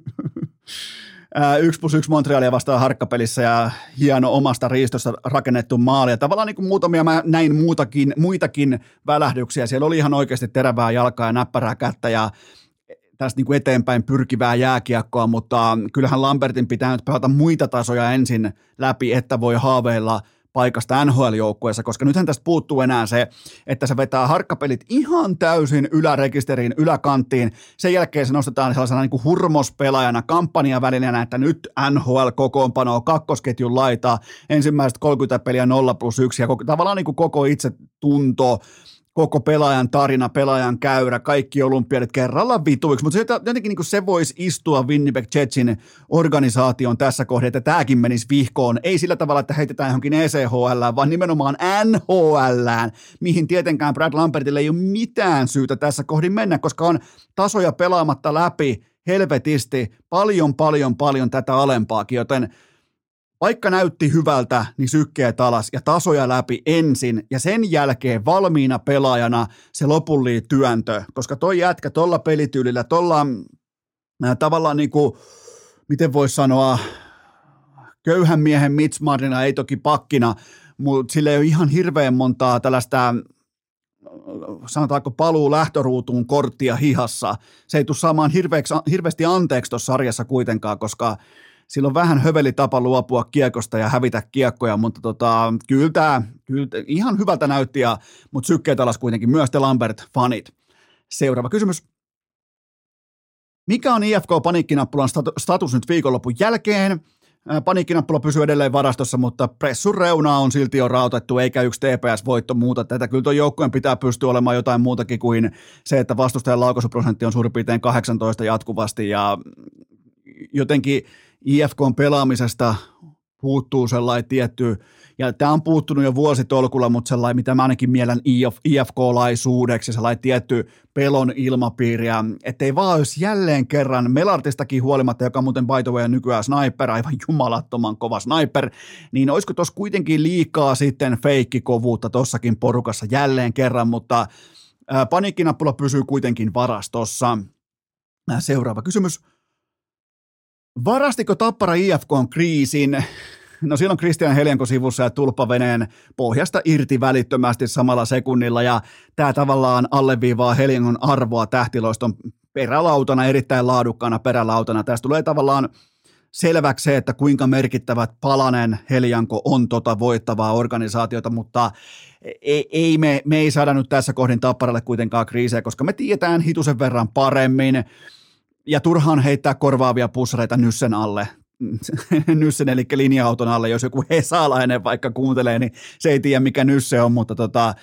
1+1 Montrealia vastaan harkkapelissä ja hieno omasta riistosta rakennettu maali. Ja tavallaan niin kuin muutamia mä näin muitakin välähdyksiä. Siellä oli ihan oikeasti terävää jalkaa ja näppärää kättä ja tästä niin kuin eteenpäin pyrkivää jääkiekkoa, mutta kyllähän Lambertin pitää nyt pelata muita tasoja ensin läpi, että voi haaveilla paikasta NHL-joukkueessa, koska nythän tästä puuttuu enää se, että se vetää harkkapelit ihan täysin ylärekisteriin, yläkanttiin. Sen jälkeen se nostetaan sellaisena niin kuin hurmospelaajana, kampanjavälineenä, että nyt NHL-kokoonpano, kakkosketjun laita, ensimmäiset 30 peliä 0+1 ja tavallaan niin kuin koko itsetunto, koko pelaajan tarina, pelaajan käyrä, kaikki olympiadit kerralla vituiksi, mutta jotenkin niin kuin se voisi istua Winnipeg Jetsin organisaation tässä kohdassa, että tämäkin menisi vihkoon. Ei sillä tavalla, että heitetään johonkin ECHL, vaan nimenomaan NHL, mihin tietenkään Brad Lambertille ei ole mitään syytä tässä kohdin mennä, koska on tasoja pelaamatta läpi helvetisti paljon tätä alempaakin, joten vaikka näytti hyvältä, niin sykkeet alas ja tasoja läpi ensin ja sen jälkeen valmiina pelaajana se lopullinen työntö, koska toi jätkä tolla pelityylillä, tolla tavallaan niin kuin, miten voisi sanoa, köyhän miehen Mitch Martina, ei toki pakkina, mutta sillä ei ole ihan hirveän montaa tällaista, sanotaanko paluu lähtöruutuun korttia hihassa. Se ei tule saamaan hirveästi anteeksi tuossa sarjassa kuitenkaan, koska sillä on vähän höveli tapa luopua kiekosta ja hävitä kiekkoja, mutta kyllä ihan hyvältä näytti, mutta sykkeet alas kuitenkin myös te Lambert-fanit. Seuraava kysymys. Mikä on IFK-paniikkinappulan status nyt viikonlopun jälkeen? Paniikkinappula pysyy edelleen varastossa, mutta pressun reuna on silti jo rautettu, eikä yksi TPS-voitto muuta tätä. Kyllä tuo joukkueen pitää pystyä olemaan jotain muutakin kuin se, että vastustajan laukaisuprosentti on suurin piirtein 18 jatkuvasti ja jotenkin IFK:n pelaamisesta puuttuu sellainen tietty, ja tämä on puuttunut jo vuositolkulla, mutta sellainen, mitä mä ainakin mielen IFK-laisuudeksi, sellainen tietty pelon ilmapiiriä, ettei vaan olisi jälleen kerran Melartistakin huolimatta, joka muuten by the way on nykyään sniper, aivan jumalattoman kova sniper, niin olisiko tuossa kuitenkin liikaa sitten feikkikovuutta tossakin porukassa jälleen kerran, mutta paniikkinappula pysyy kuitenkin varastossa. Seuraava kysymys. Varastiko Tappara IFK:n kriisin? No silloin Christian Helianko sivussa ja tulppaveneen pohjasta irti välittömästi samalla sekunnilla ja tämä tavallaan alleviivaa Heliankon arvoa tähtiloiston perälautana, erittäin laadukkaana perälautana. Tästä tulee tavallaan selväksi se, että kuinka merkittävät palanen Helianko on voittavaa organisaatiota, mutta me ei saada nyt tässä kohdin Tapparalle kuitenkaan kriisejä, koska me tiedetään hitusen verran paremmin. Ja turhaan heittää korvaavia pussareita Nyssen alle. Nyssen eli linja-auton alle, jos joku hesalainen vaikka kuuntelee, niin se ei tiedä mikä Nysse on, mutta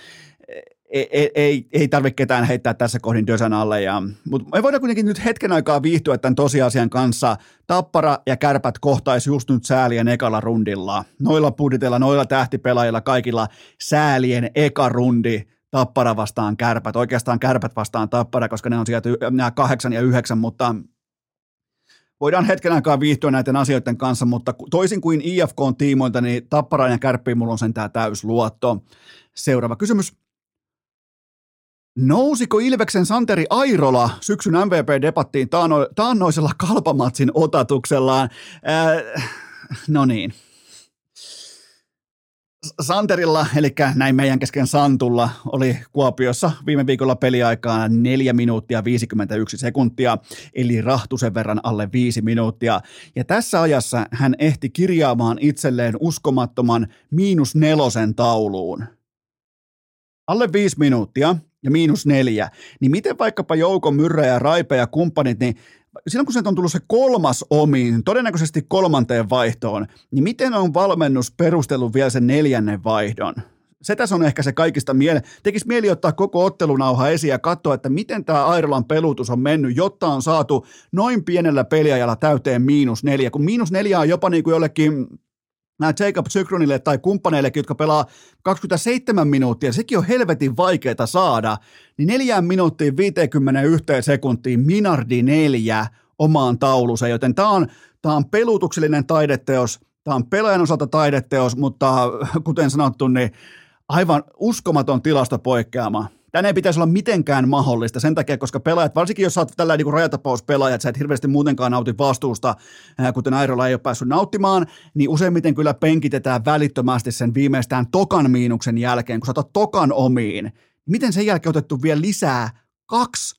ei tarvitse ketään heittää tässä kohdin Dösän alle. Mutta me voidaan kuitenkin nyt hetken aikaa viihtyä tämän tosiasian kanssa. Tappara ja Kärpät kohtaisi just nyt säälien ekalla rundilla. Noilla budjeteilla, noilla tähtipelaajilla, kaikilla säälien eka rundi. Tappara vastaan Kärpät, oikeastaan Kärpät vastaan Tappara, koska ne on sieltä nämä 8 ja 9, mutta voidaan hetken aikaa viihtyä näiden asioiden kanssa, mutta toisin kuin IFK:n tiimoilta, niin Tapparaan ja Kärppiin mulla on sentään täysluotto. Seuraava kysymys. Nousiko Ilveksen Santeri Airola syksyn MVP-debattiin taannoisella kalpamatsin otatuksellaan? No niin. Santerilla, eli näin meidän kesken Santulla, oli Kuopiossa viime viikolla peliaikaa 4 minuuttia 51 sekuntia, eli rahtusen verran alle 5 minuuttia. Ja tässä ajassa hän ehti kirjaamaan itselleen uskomattoman -4 tauluun. Alle 5 minuuttia ja -4. Niin miten vaikkapa Jouko Myrrä ja Raipe ja kumppanit, niin silloin kun se on tullut se 3. omiin, todennäköisesti 3. vaihtoon, niin miten on valmennus perustellut vielä sen 4. vaihdon? Se tässä on ehkä se kaikista tekisi mieli ottaa koko ottelunauha esiin ja katsoa, että miten tämä Airolan pelutus on mennyt, jotta on saatu noin pienellä peliajalla täyteen -4, kun -4 on jopa niin kuin jollekin Jacob Sykronille tai kumppaneillekin, jotka pelaa 27 minuuttia, sekin on helvetin vaikeaa saada, niin 4 minuuttiin 51 sekuntiin -4 omaan tauluun, joten tämä on pelutuksellinen taideteos, tämä on pelaajan osalta taideteos, mutta kuten sanottu, niin aivan uskomaton tilastopoikkeama. Tänne ei pitäisi olla mitenkään mahdollista sen takia, koska pelaajat, varsinkin jos sä oot tällainen niin rajatapauspelaaja, että sä et hirveästi muutenkaan nauti vastuusta, kuten Airola ei ole päässyt nauttimaan, niin useimmiten kyllä penkitetään välittömästi sen viimeistään tokan miinuksen jälkeen, kun sä otat tokan omiin. Miten sen jälkeen otettu vielä lisää 2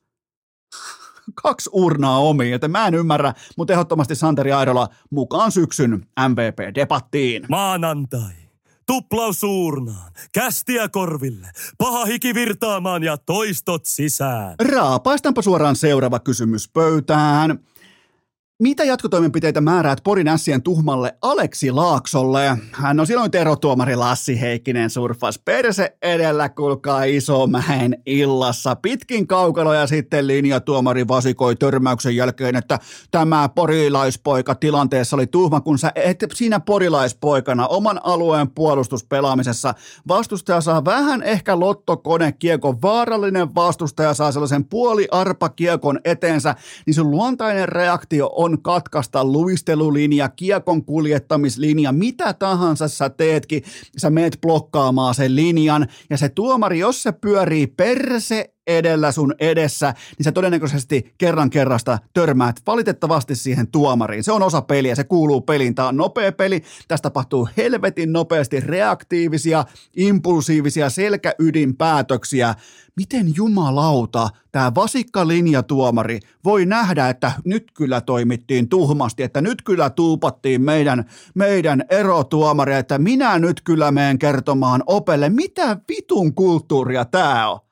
urnaa omiin, joten mä en ymmärrä, mutta ehdottomasti Santeri Airola mukaan syksyn MVP-debattiin. Maanantai. Tuplaus uurnaan, kästiä korville, paha hiki virtaamaan ja toistot sisään. Raapaistaanpa suoraan seuraava kysymys pöytään. Mitä jatkotoimenpiteitä määräät Porin Ässien tuhmalle Aleksi Laaksolle? Hän on silloin erotuomari Lassi Heikkinen surffas perse edellä, kuulkaa Isomäen illassa. Pitkin kaukaloja sitten linjatuomari vasikoi törmäyksen jälkeen, että tämä porilaispoika tilanteessa oli tuhma, kun sä et siinä porilaispoikana oman alueen puolustuspelaamisessa. Vastustaja saa vähän ehkä lottokonekiekon, vaarallinen vastustaja saa sellaisen puoliarpakiekon eteensä, niin sun luontainen reaktio on katkaista luistelulinja, kiekon kuljettamislinja, mitä tahansa sä teetkin, sä meet blokkaamaan sen linjan, ja se tuomari, jos se pyörii perse edellä sun edessä, niin sä todennäköisesti kerran kerrasta törmäät valitettavasti siihen tuomariin. Se on osa peliä, se kuuluu peliin. Tämä on nopea peli, tästä tapahtuu helvetin nopeasti reaktiivisia, impulsiivisia selkäydinpäätöksiä. Miten jumalauta tämä vasikkalinjatuomari voi nähdä, että nyt kyllä toimittiin tuhmasti, että nyt kyllä tuupattiin meidän erotuomaria, että minä nyt kyllä menen kertomaan Opelle, mitä vitun kulttuuria tämä on?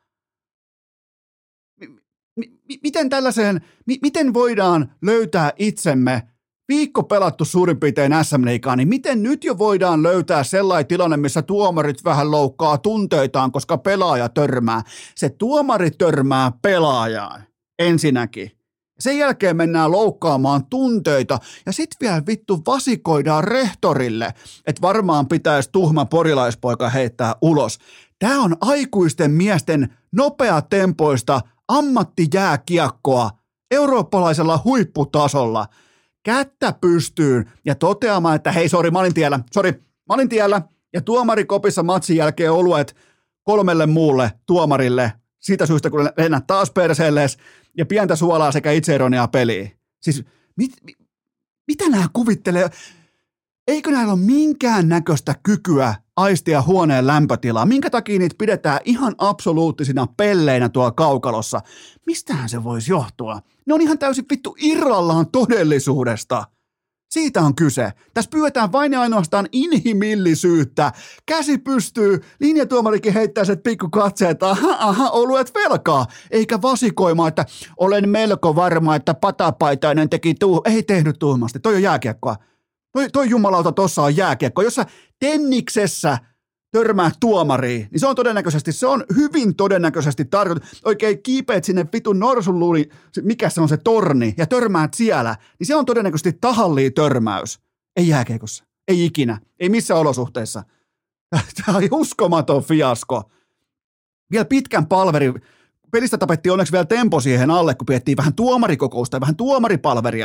Miten voidaan löytää itsemme, viikko pelattu suurin piirtein SM-liigaa, niin miten nyt jo voidaan löytää sellainen tilanne, missä tuomarit vähän loukkaa tunteitaan, koska pelaaja törmää. Se tuomari törmää pelaajaan ensinnäkin. Sen jälkeen mennään loukkaamaan tunteita ja sitten vielä vittu vasikoidaan rehtorille, että varmaan pitäisi tuhma porilaispoika heittää ulos. Tämä on aikuisten miesten nopeatempoista ammattijääkiekkoa eurooppalaisella huipputasolla. Kättä pystyyn ja toteamaan, että hei, mä olin tiellä, ja tuomari kopissa matsin jälkeen oluet 3 muulle tuomarille siitä syystä, kun lennät taas perseellees ja pientä suolaa sekä itseironiaa peliin. Siis mitä nämä kuvittelee? Eikö näillä ole minkään näköistä kykyä aistia huoneen lämpötilaa? Minkä takia niitä pidetään ihan absoluuttisina pelleinä tuolla kaukalossa? Mistähän se voisi johtua? Ne on ihan täysin vittu irrallaan todellisuudesta. Siitä on kyse. Tässä pyydetään vain ja ainoastaan inhimillisyyttä. Käsi pystyy, linjatuomarikin heittää se pikku katse, että aha, oluet velkaa. Eikä vasikoimaan, että olen melko varma, että Patapaitainen ei tehnyt tuhmasti. Toi on jääkiekkoa. Toi jumalauta tossa on jääkiekko. Jos sä tenniksessä törmää tuomariin, niin se on hyvin todennäköisesti oikein kiipeät sinne vitun norsunluuliin, mikä se on se torni, ja törmäät siellä, niin se on todennäköisesti tahallinen törmäys. Ei jääkiekossa, ei ikinä, ei missään olosuhteissa. Tämä on uskomaton fiasko. Vielä pitkän palveri. Pelistä tapettiin onneksi vielä tempo siihen alle, kun piettiin vähän tuomarikokousta ja vähän tuomaripalveria.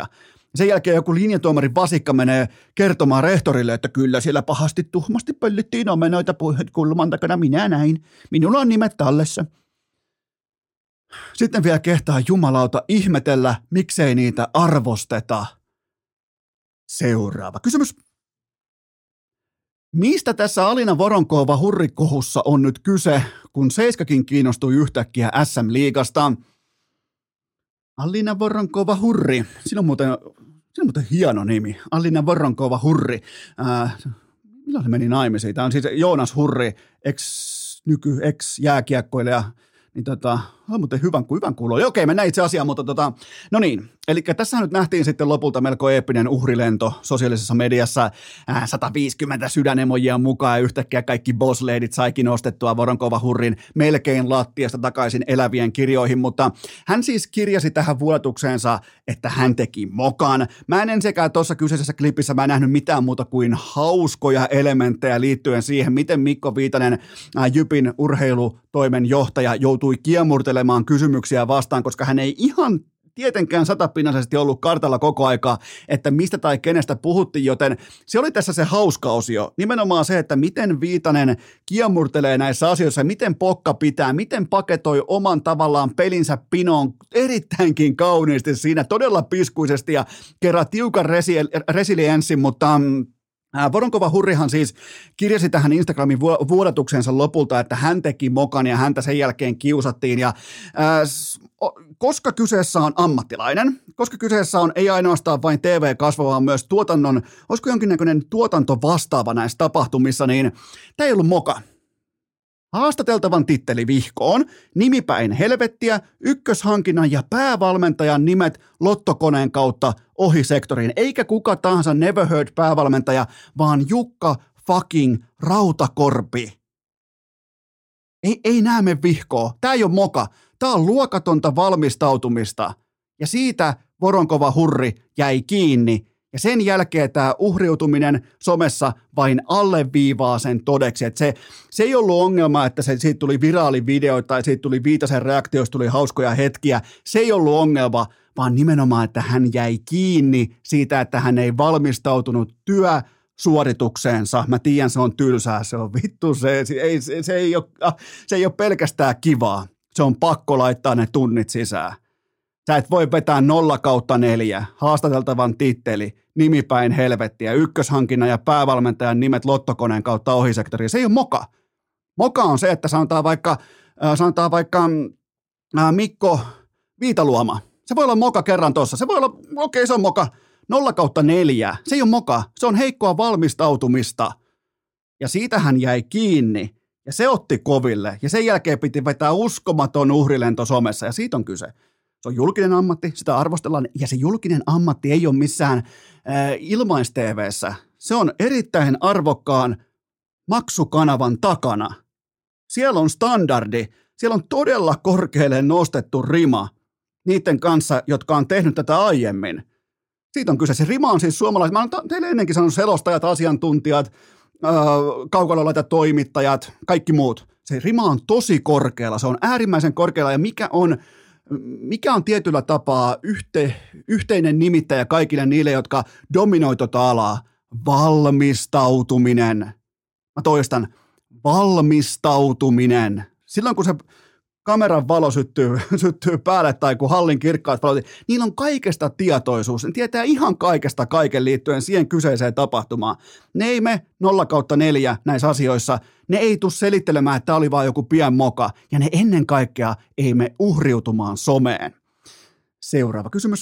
Sen jälkeen joku linjatuomari vasikka menee kertomaan rehtorille, että kyllä siellä pahasti tuhmasti pöllittiin omenoita kulman takana, minä näin. Minulla on nimet tallessa. Sitten vielä kehtaa jumalauta ihmetellä, miksei niitä arvosteta. Seuraava kysymys. Mistä tässä Alina Voronkova hurrikohussa on nyt kyse, kun Seiskakin kiinnostui yhtäkkiä SM-liigasta? Alina Voronkova Hurri. Siinä on muuten hieno nimi. Alina Voronkova Hurri. Milloin se meni naimisiin? Tämä on siis Joonas Hurri, ex-jääkiekkoilija. Niin on muuten hyvän kuuloa. Okei, mennään itse asiaan, mutta no niin. Eli tässä nyt nähtiin sitten lopulta melko eeppinen uhrilento sosiaalisessa mediassa. 150 sydänemojia mukaan ja yhtäkkiä kaikki bossleidit saikin nostettua Voronkova Hurrin melkein lattiasta takaisin elävien kirjoihin, mutta hän siis kirjasi tähän vuotukseensa, että hän teki mokan. Mä en ensinnäkään tuossa kyseisessä klipissä mä en nähnyt mitään muuta kuin hauskoja elementtejä liittyen siihen, miten Mikko Viitanen, Jypin urheilutoimen johtaja, joutui kiemurtelemaan kysymyksiä vastaan, koska hän ei ihan tietenkään satapinnaisesti ollut kartalla koko aikaa, että mistä tai kenestä puhuttiin, joten se oli tässä se hauska osio. Nimenomaan se, että miten Viitanen kiemurtelee näissä asioissa, miten pokka pitää, miten paketoi oman tavallaan pelinsä pinoon erittäinkin kauniisti siinä, todella piskuisesti ja kerran tiukan resilienssin, mutta Voronkova Hurrihan siis kirjasi tähän Instagramin vuodatuksensa lopulta, että hän teki mokan ja häntä sen jälkeen kiusattiin. Ja koska kyseessä on ammattilainen, koska kyseessä on ei ainoastaan vain TV-kasvo, vaan myös tuotannon, olisiko jonkinnäköinen tuotanto vastaava näissä tapahtumissa, niin tämä ei ollut moka. Haastateltavan titteli vihkoon, nimipäin helvettiä, ykköshankinnan ja päävalmentajan nimet lottokoneen kautta ohi sektoriin. Eikä kuka tahansa Never Heard päävalmentaja, vaan Jukka fucking Rautakorpi. Ei näe vihkoa. Tämä ei ole moka. Tämä on luokatonta valmistautumista. Ja siitä Voronkova Hurri jäi kiinni. Ja sen jälkeen tämä uhriutuminen somessa vain alleviivaa sen todeksi, että se ei ollut ongelma, että siitä tuli viraalivideo tai siitä tuli Viitasen reaktioista tuli hauskoja hetkiä. Se ei ollut ongelma, vaan nimenomaan, että hän jäi kiinni siitä, että hän ei valmistautunut työsuoritukseensa. Mä tiedän, se on tylsää, se on vittu, se ei ole pelkästään kivaa. Se on pakko laittaa ne tunnit sisään. Sä et voi vetää 0/4, haastateltavan titteli, nimipäin helvettiä, ykköshankinnan ja päävalmentajan nimet lottokoneen kautta ohisektoriin. Se ei ole moka. Moka on se, että sanotaan vaikka Mikko Viitaluoma. Se voi olla moka kerran tuossa. Se voi olla, okei, se on moka 0/4. Se ei ole moka. Se on heikkoa valmistautumista. Ja siitä hän jäi kiinni. Ja se otti koville. Ja sen jälkeen piti vetää uskomaton uhrilento somessa. Ja siitä on kyse. Se on julkinen ammatti, sitä arvostellaan, ja se julkinen ammatti ei ole missään ilmais-TV:ssä. Se on erittäin arvokkaan maksukanavan takana. Siellä on standardi, siellä on todella korkealle nostettu rima niiden kanssa, jotka on tehnyt tätä aiemmin. Siitä on kyse. Se rima on siis suomalaiset. Mä oon teille ennenkin sanonut selostajat, asiantuntijat, kaukalolaitat, toimittajat, kaikki muut. Se rima on tosi korkealla, se on äärimmäisen korkealla, ja mikä on tietyllä tapaa yhteinen nimittäjä kaikille niille, jotka dominoi tota alaa? Valmistautuminen. Mä toistan, valmistautuminen. Silloin kun se kameran valo syttyy päälle tai kun hallin kirkkaat valot, niillä on kaikesta tietoisuus. Ne tietää ihan kaikesta kaiken liittyen siihen kyseiseen tapahtumaan. Ne ei me 0/4 näissä asioissa. Ne ei tule selittelemään, että tämä oli vaan joku pien moka. Ja ne ennen kaikkea ei me uhriutumaan someen. Seuraava kysymys.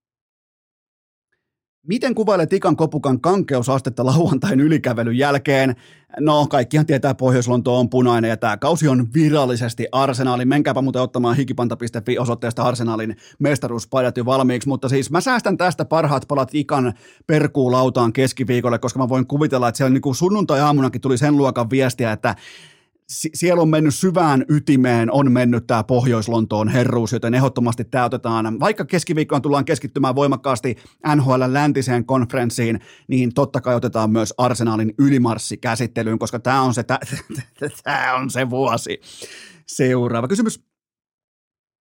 Miten kuvailet Ikan Kopukan kankeusastetta lauantain ylikävelyn jälkeen? No, kaikkihan tietää, Pohjois-Lonto on punainen ja tämä kausi on virallisesti Arsenaalin. Menkääpä muuten ottamaan hikipanta.fi osoitteesta Arsenaalin mestaruuspaidat jo valmiiksi, mutta siis mä säästän tästä parhaat palat Ikan perkuulautaan keskiviikolle, koska mä voin kuvitella, että siellä niin kuin sunnuntai-aamunakin tuli sen luokan viestiä, että siellä on mennyt syvään ytimeen, on mennyt tämä Pohjois-Lontoon herruus, joten ehdottomasti tämä otetaan, vaikka keskiviikkoon tullaan keskittymään voimakkaasti NHL-läntiseen konferenssiin, niin totta kai otetaan myös Arsenaalin ylimarssi käsittelyyn, koska tämä on se vuosi. Seuraava kysymys.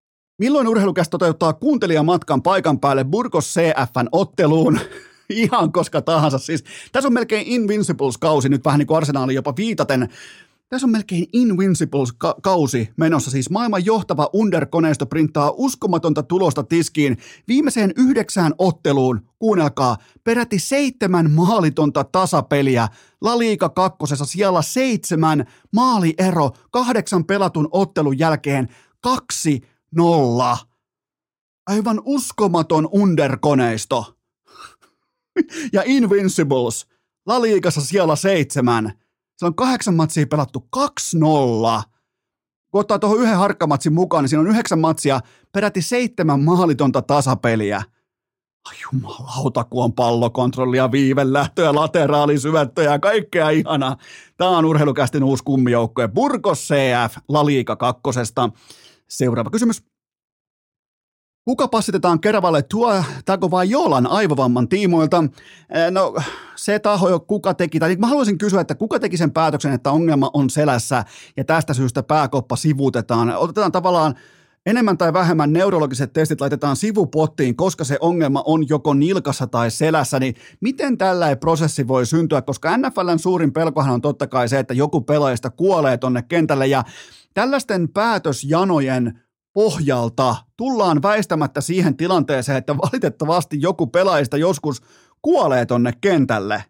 Milloin urheilukästä toteuttaa kuuntelijamatkan paikan päälle Burgos CF:n otteluun? Ihan koska tahansa. Siis, tässä on melkein Invincibles-kausi, nyt vähän niin kuin Arsenaaliin jopa viitaten. Tässä on melkein Invincibles-kausi menossa. Siis maailman johtava Under-koneisto printtaa uskomatonta tulosta tiskiin. Viimeiseen 9 otteluun, kuunnelkaa, peräti 7 maalitonta tasapeliä. La Liga 2. siellä 7 maaliero 8 pelatun ottelun jälkeen 2-0. Aivan uskomaton Under-koneisto. Ja Invincibles, La Ligassa siellä 7. Se on 8 matsia pelattu 2-0. Kun ottaa tuohon yhden harkkamatsin mukaan, niin siinä on 9 matsia, peräti 7 maalitonta tasapeliä. Ai jumalauta, kun on pallokontrollia, viivelähtöä, lateraalisyöttöjä ja kaikkea ihanaa. Tämä on urheilukästin uusi kummijoukkue. Burgos CF, La Liga 2. Seuraava kysymys. Kuka passitetaan Keravalle Tua Tagovailoan aivovamman tiimoilta? No se taho, kuka teki, tai mä haluaisin kysyä, että kuka teki sen päätöksen, että ongelma on selässä ja tästä syystä pääkoppa sivuutetaan. Otetaan tavallaan enemmän tai vähemmän neurologiset testit laitetaan sivupottiin, koska se ongelma on joko nilkassa tai selässä, niin miten tällainen prosessi voi syntyä, koska NFLn suurin pelkohan on totta kai se, että joku pelaajista kuolee tonne kentälle ja tällaisten päätösjanojen pohjalta tullaan väistämättä siihen tilanteeseen, että valitettavasti joku pelaajista joskus kuolee tonne kentälle.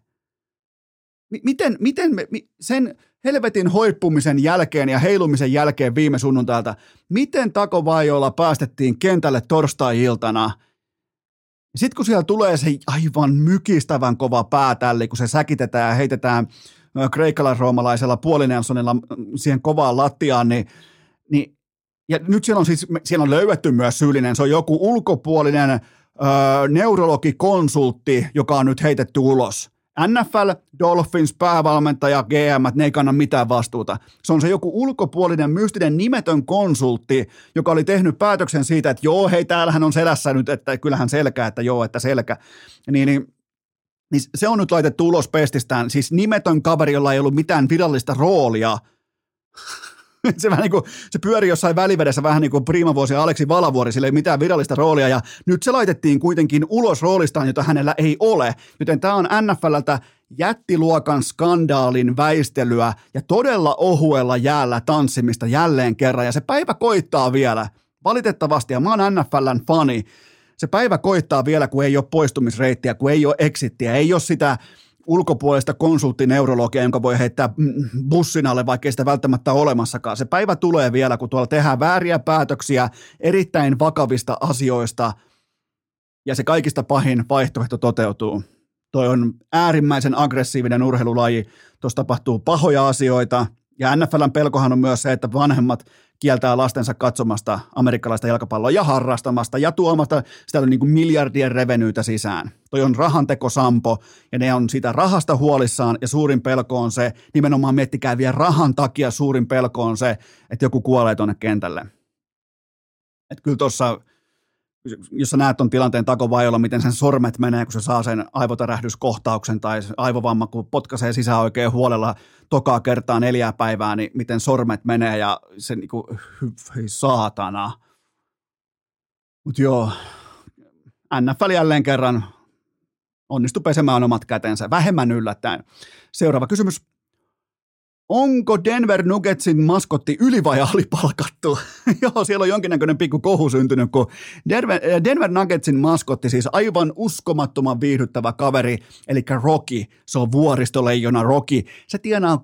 Miten sen helvetin hoippumisen jälkeen ja heilumisen jälkeen viime sunnuntailta, miten Tagovailoa päästettiin kentälle torstai-iltana? Sitten kun siellä tulee se aivan mykistävän kova päätälli, kun se säkitetään ja heitetään kreikkalaisroomalaisella puolinelsonilla siihen kovaan lattiaan, niin ja nyt siellä on löydetty myös syyllinen, se on joku ulkopuolinen neurologikonsultti, joka on nyt heitetty ulos. NFL, Dolphins, päävalmentaja, GM, ne ei kanna mitään vastuuta. Se on se joku ulkopuolinen, mystinen, nimetön konsultti, joka oli tehnyt päätöksen siitä, että joo, hei, täällähän on selässä nyt, että kyllähän selkä, että joo, että selkä. Niin se on nyt laitettu ulos pestistään, siis nimetön kaveri, jolla ei ollut mitään virallista roolia. Se vähän niin kuin, se pyöri jossain välivedessä vähän niin kuin priimavuosi Aleksi Valavuori, sillä ei mitään virallista roolia ja nyt se laitettiin kuitenkin ulos roolistaan, jota hänellä ei ole, joten tämä on NFLltä jättiluokan skandaalin väistelyä ja todella ohuella jäällä tanssimista jälleen kerran ja se päivä koittaa vielä, valitettavasti ja mä oon NFLn fani, se päivä koittaa vielä, kun ei ole poistumisreittiä, kun ei ole exittiä, ei ole sitä ulkopuolista konsulttineurologia, jonka voi heittää bussin alle, vaikka ei sitä välttämättä ole olemassakaan. Se päivä tulee vielä, kun tuolla tehdään vääriä päätöksiä erittäin vakavista asioista ja se kaikista pahin vaihtoehto toteutuu. Toi on äärimmäisen aggressiivinen urheilulaji, tuossa tapahtuu pahoja asioita ja NFLn pelkohan on myös se, että vanhemmat kieltää lastensa katsomasta amerikkalaista jalkapalloa ja harrastamasta ja tuomasta sitä niin kuin miljardien revenyytä sisään. Toi on rahantekosampo ja ne on siitä rahasta huolissaan ja suurin pelko on se, nimenomaan miettikää vielä rahan takia suurin pelko on se, että joku kuolee tuonne kentälle. Että kyllä tuossa, jos sä näet ton tilanteen Tagovailoa, miten sen sormet menee, kun se saa sen aivotärähdyskohtauksen tai aivovamma, kun potkaisee sisään oikein huolella tokaa kertaa 4 päivää, niin miten sormet menee ja se niinku, hyi saatana. Mut joo, NFL jälleen kerran onnistui pesemään omat kätensä, vähemmän yllättäen. Seuraava kysymys. Onko Denver Nuggetsin maskotti yli- vai alipalkattu? Joo, siellä on jonkinnäköinen pikku kohu syntynyt, kun Denver Nuggetsin maskotti, siis aivan uskomattoman viihdyttävä kaveri, eli Rocky, se on vuoristoleijona Rocky, se tienaa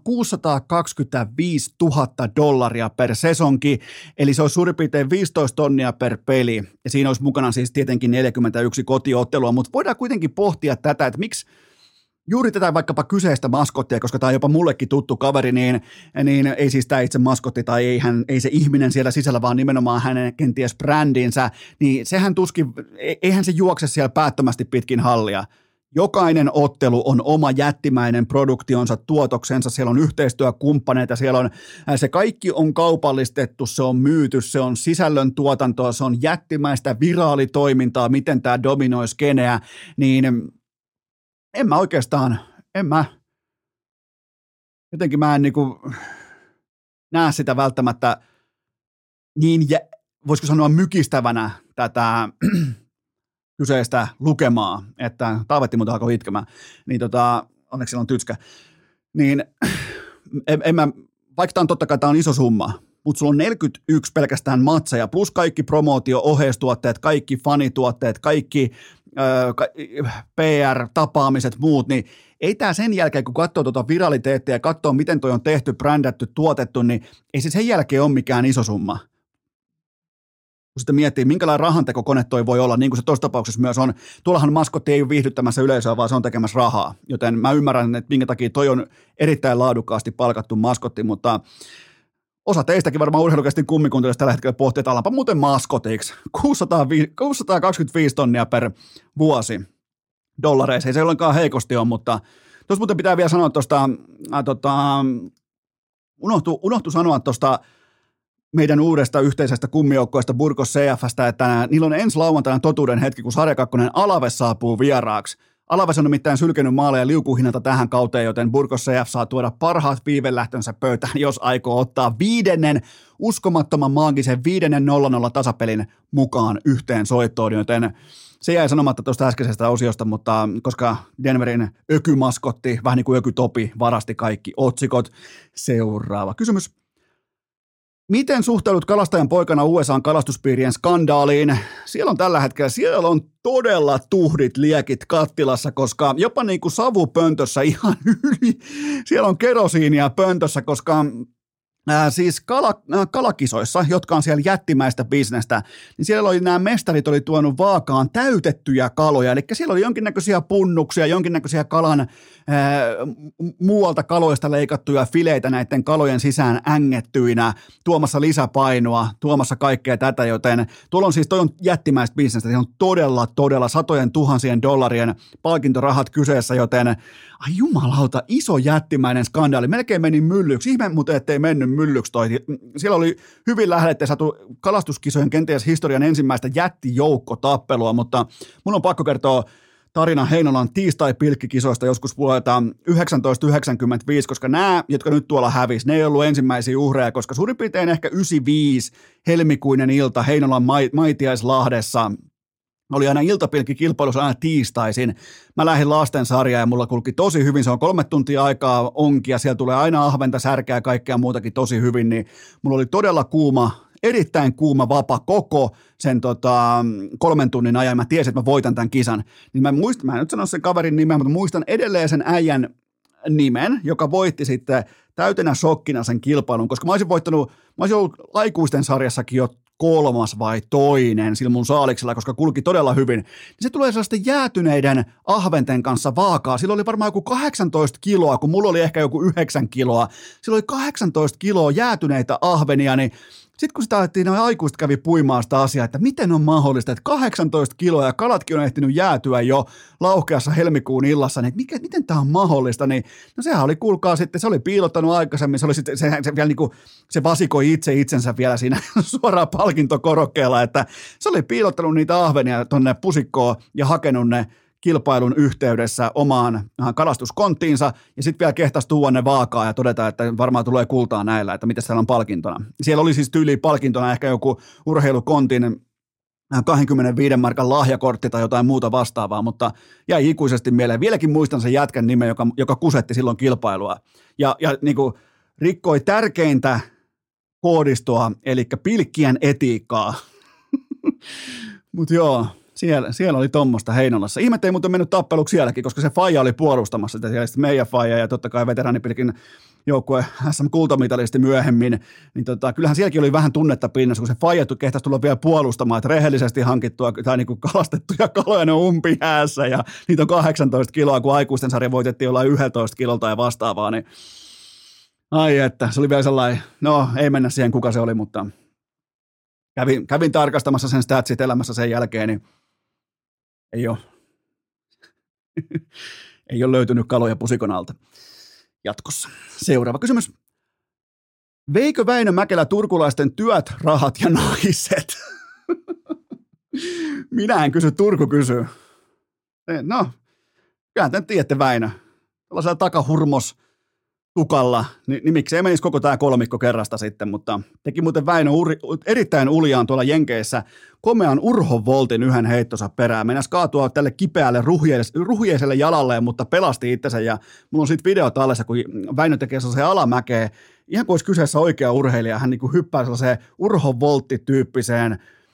$625,000 per sesonki, eli se olisi suurin piirtein 15 tonnia per peli, ja siinä olisi mukana siis tietenkin 41 kotiottelua, mutta voidaan kuitenkin pohtia tätä, että miksi juuri tätä vaikkapa kyseistä maskottia, koska tämä on jopa mullekin tuttu kaveri, niin ei siis tämä itse maskotti tai ei se ihminen siellä sisällä, vaan nimenomaan hänen kenties brändinsä, niin sehän tuskin, eihän se juokse siellä päättömästi pitkin hallia. Jokainen ottelu on oma jättimäinen produktionsa, tuotoksensa, siellä on yhteistyökumppaneita, siellä on, se kaikki on kaupallistettu, se on myyty, se on sisällön tuotantoa, se on jättimäistä viraalitoimintaa, miten tämä dominoi skeneä, niin jotenkin mä en niinku näe sitä välttämättä niin voisiko sanoa mykistävänä tätä kyseistä lukemaa, että Taavetti muuta alkoi itkemään, niin onneksi siellä on tytskä, niin vaikka tämä on totta kai tämä on iso summa, mutta sulla on 41 pelkästään matseja, plus kaikki promootio-oheistuotteet, kaikki fanituotteet, kaikki PR-tapaamiset, muut, niin ei tämä sen jälkeen, kun katsoo tuota viraliteettia ja katsoo, miten toi on tehty, brändätty, tuotettu, niin ei se sen jälkeen ole mikään iso summa. Kun sitten miettii, minkälainen rahantekokone toi voi olla, niin kuin se tuossa tapauksessa myös on. Tuollahan maskotti ei ole viihdyttämässä yleisöä, vaan se on tekemässä rahaa. Joten mä ymmärrän, että minkä takia toi on erittäin laadukkaasti palkattu maskotti, mutta osa teistäkin varmaan urheilukästin kummikuuntelijoista tällä hetkellä pohtii, että alanpa muuten maskotiksi. 625 tonnia per vuosi dollareissa. Ei se ollenkaan heikosti ole, mutta tuossa muuten pitää vielä sanoa tuosta, unohtu sanoa tuosta meidän uudesta yhteisestä kummijoukkoista Burgos CF:stä, että niillä on ensi lauantaina totuuden hetki, kun Sarja 2 Alaves saapuu vieraaksi. Alaves on nimittäin sylkenyt maaleja liukuhinnalta tähän kauteen, joten Burgos CF saa tuoda parhaat viivelähtönsä pöytään, jos aikoo ottaa uskomattoman maagisen 5-0-0 tasapelin mukaan yhteen soittoon, joten se jäi sanomatta tuosta äskeisestä osiosta, mutta koska Denverin ökymaskotti, vähän niin kuin ökytopi, varasti kaikki otsikot. Seuraava kysymys. Miten suhtaudut kalastajan poikana USA:n kalastuspiirien skandaaliin? Siellä on tällä hetkellä, siellä on todella tuhdit liekit kattilassa, koska jopa niin kuin savupöntössä ihan yli, siellä on kerosiinia pöntössä, koska siis kalakisoissa, jotka on siellä jättimäistä bisnestä, niin siellä oli nämä mestarit oli tuonut vaakaan täytettyjä kaloja, eli siellä oli jonkinnäköisiä punnuksia, jonkinnäköisiä kalan muualta kaloista leikattuja fileitä näiden kalojen sisään ängettyinä, tuomassa lisäpainoa, tuomassa kaikkea tätä, joten tuolla on siis, toi on jättimäistä bisnestä, se on todella satojen tuhansien dollarien palkintorahat kyseessä, joten ai jumalauta, iso jättimäinen skandaali, melkein meni myllyksi, ihme mutta ettei mennyt myllyksi toi, siellä oli hyvin lähellä, ettei saatu kalastuskisojen kenties historian ensimmäistä jättijoukkotappelua, mutta mun on pakko kertoa tarina Heinolan tiistai-pilkkikisoista joskus vuodelta 1995, koska nämä, jotka nyt tuolla hävisi, ne ei ollut ensimmäisiä uhreja, koska suurin piirtein ehkä 95 helmikuinen ilta Heinolan Maitiaislahdessa oli aina iltapilkkikilpailussa aina tiistaisin. Mä lähdin lastensarjaan ja mulla kulki tosi hyvin, se on 3 tuntia aikaa onkia, siellä tulee aina ahventa, särkää ja kaikkea muutakin tosi hyvin, niin mulla oli todella erittäin kuuma vapa koko sen 3 tunnin ajan. Mä tiesin, että mä voitan tämän kisan. Niin mä en nyt sano sen kaverin nimeä, mutta muistan edelleen sen äijän nimen, joka voitti sitten täytenä shokkina sen kilpailun, koska mä olisin ollut aikuisten sarjassakin jo 3. vai 2. sillä mun saaliksella, koska kulki todella hyvin. Niin se tulee sellaisten jäätyneiden ahventen kanssa vaakaa. Sillä oli varmaan joku 18 kiloa, kun mulla oli ehkä joku 9 kiloa. Sillä oli 18 kiloa jäätyneitä ahvenia, niin sitten kun sitä alettiin, ne aikuiset kävi puimaan sitä asiaa, että miten on mahdollista, että 18 kiloa ja kalatkin on ehtinyt jäätyä jo laukeassa helmikuun illassa, niin miten tämä on mahdollista, niin no sehän oli, kuulkaa sitten, se oli piilottanut aikaisemmin, se oli sitten, se vielä niin kuin, se vasikoi itsensä vielä siinä suoraan palkintokorokkeella, että se oli piilottanut niitä ahvenia tonne pusikkoon ja hakenut ne kilpailun yhteydessä omaan kalastuskonttiinsa ja sitten vielä kehtasi tuoda ne vaakaa ja todeta, että varmaan tulee kultaa näillä, että mitä siellä on palkintona. Siellä oli siis tyyliin palkintona ehkä joku urheilukontin 25 markan lahjakortti tai jotain muuta vastaavaa, mutta jäi ikuisesti mieleen. Vieläkin muistan sen jätkän nimen, joka kusetti silloin kilpailua ja niin kuin rikkoi tärkeintä koodistoa, eli pilkkien etiikkaa. Mutta joo. Siellä oli tommoista Heinolassa. Ihme ei muuten mennyt tappeluksi sielläkin, koska se faija oli puolustamassa sitä. Siellä sitten meidän faija ja totta kai veteraanipilkin joukkue SM-kultamitalisti myöhemmin. Niin kyllähän sielläkin oli vähän tunnetta pinnassa, kun se faija kehtasi tulla vielä puolustamaan, että rehellisesti hankittua tai niin kuin kalastettuja kaloja ne umpihäässä ja niitä on 18 kiloa, kun aikuisten sarja voitettiin jollain 11 kilolta ja vastaavaa. Niin ai että, se oli vielä sellainen, no ei mennä siihen kuka se oli, mutta kävin tarkastamassa sen statsit elämässä sen jälkeen, niin ei ole löytynyt kaloja pusikon alta jatkossa. Seuraava kysymys. Veikö Väinö Mäkelä turkulaisten työt, rahat ja naiset? Minä en kysy, Turku kysyy. No, kyllähän te tiedätte Väinö. Tällaisella takahurmos tukalla, niin miksei menisi koko tämä kolmikko kerrasta sitten, mutta teki muuten Väinö erittäin uljaan tuolla Jenkeissä komean Urho Voltin yhden heittonsa perään. Meinasi kaatua tälle kipeälle ruhjeiselle jalalleen, mutta pelasti itsensä ja mulla on siitä video tallessa, kun Väinö tekee sellaisen alamäkeen, ihan kuin olisi kyseessä oikea urheilija, hän niin kuin hyppää sellaiseen Urho Voltti-tyyppiseen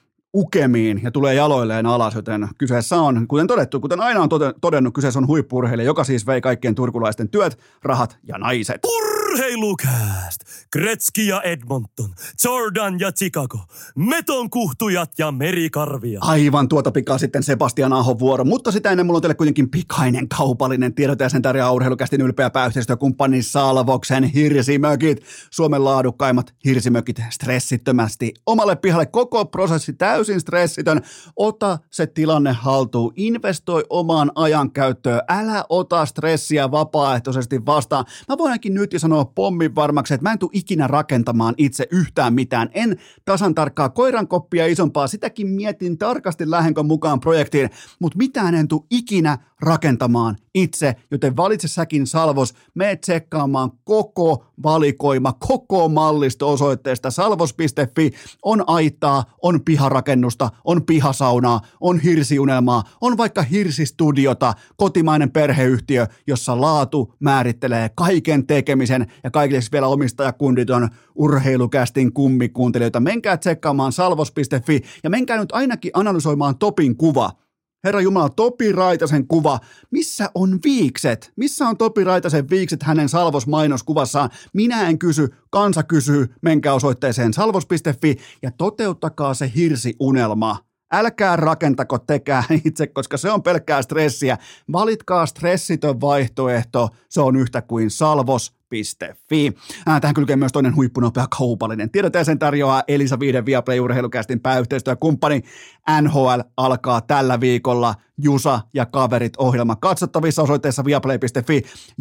ukemiin ja tulee jaloilleen alas, joten kyseessä on, kuten todettu, kuten aina on todennut, kyseessä on huippu-urheilija, joka siis vei kaikkien turkulaisten työt, rahat ja naiset. Urheilukääst! Gretzky ja Edmonton, Jordan ja Chicago, metonkuhtujat ja merikarvia. Aivan tuota pikaa sitten Sebastian Ahon vuoro, mutta sitä ennen mulla on teille kuitenkin pikainen kaupallinen tiedote ja sen tarjoaa Urheilukästin ylpeä pääyhteistyökumppani Salvoksen hirsimökit. Suomen laadukkaimmat hirsimökit stressittömästi. Omalle pihalle koko prosessi täysin stressitön. Ota se tilanne haltuun, investoi omaan ajankäyttöön, älä ota stressiä vapaaehtoisesti vastaan. Mä voin ainakin nyt jo sanoa pommin varmaksi, että mä en tule ikinä rakentamaan itse yhtään mitään. En tasan tarkkaa koirankoppia isompaa, sitäkin mietin tarkasti lähdenkö mukaan projektiin, mutta mitään en tule ikinä rakentamaan itse, joten valitse säkin Salvos, mene tsekkaamaan koko valikoima, koko mallisto osoitteesta salvos.fi, on aittaa, on piharakennusta, on pihasaunaa, on hirsiunelmaa, on vaikka hirsistudiota, kotimainen perheyhtiö, jossa laatu määrittelee kaiken tekemisen ja kaikille vielä omistajakundit on Urheilukästin kummikuuntelijoita. Menkää tsekkaamaan salvos.fi ja menkää nyt ainakin analysoimaan Topin kuva. Herra Jumala, Topi Raitasen kuva. Missä on viikset? Missä on Topi Raitasen viikset hänen Salvos-mainoskuvassaan? Minä en kysy, kansa kysyy. Menkää osoitteeseen salvos.fi ja toteuttakaa se hirsiunelma. Älkää rakentako tekään itse, koska se on pelkkää stressiä. Valitkaa stressitön vaihtoehto. Se on yhtä kuin salvos.fi. Tähän kylkee myös toinen huippunopea kaupallinen. Tiedot sen tarjoaa Elisa Viihde Viaplay Urheilukästin pääyhteistyökumppani. NHL alkaa tällä viikolla. Jusa ja kaverit -ohjelma katsottavissa osoitteessa viaplay.fi.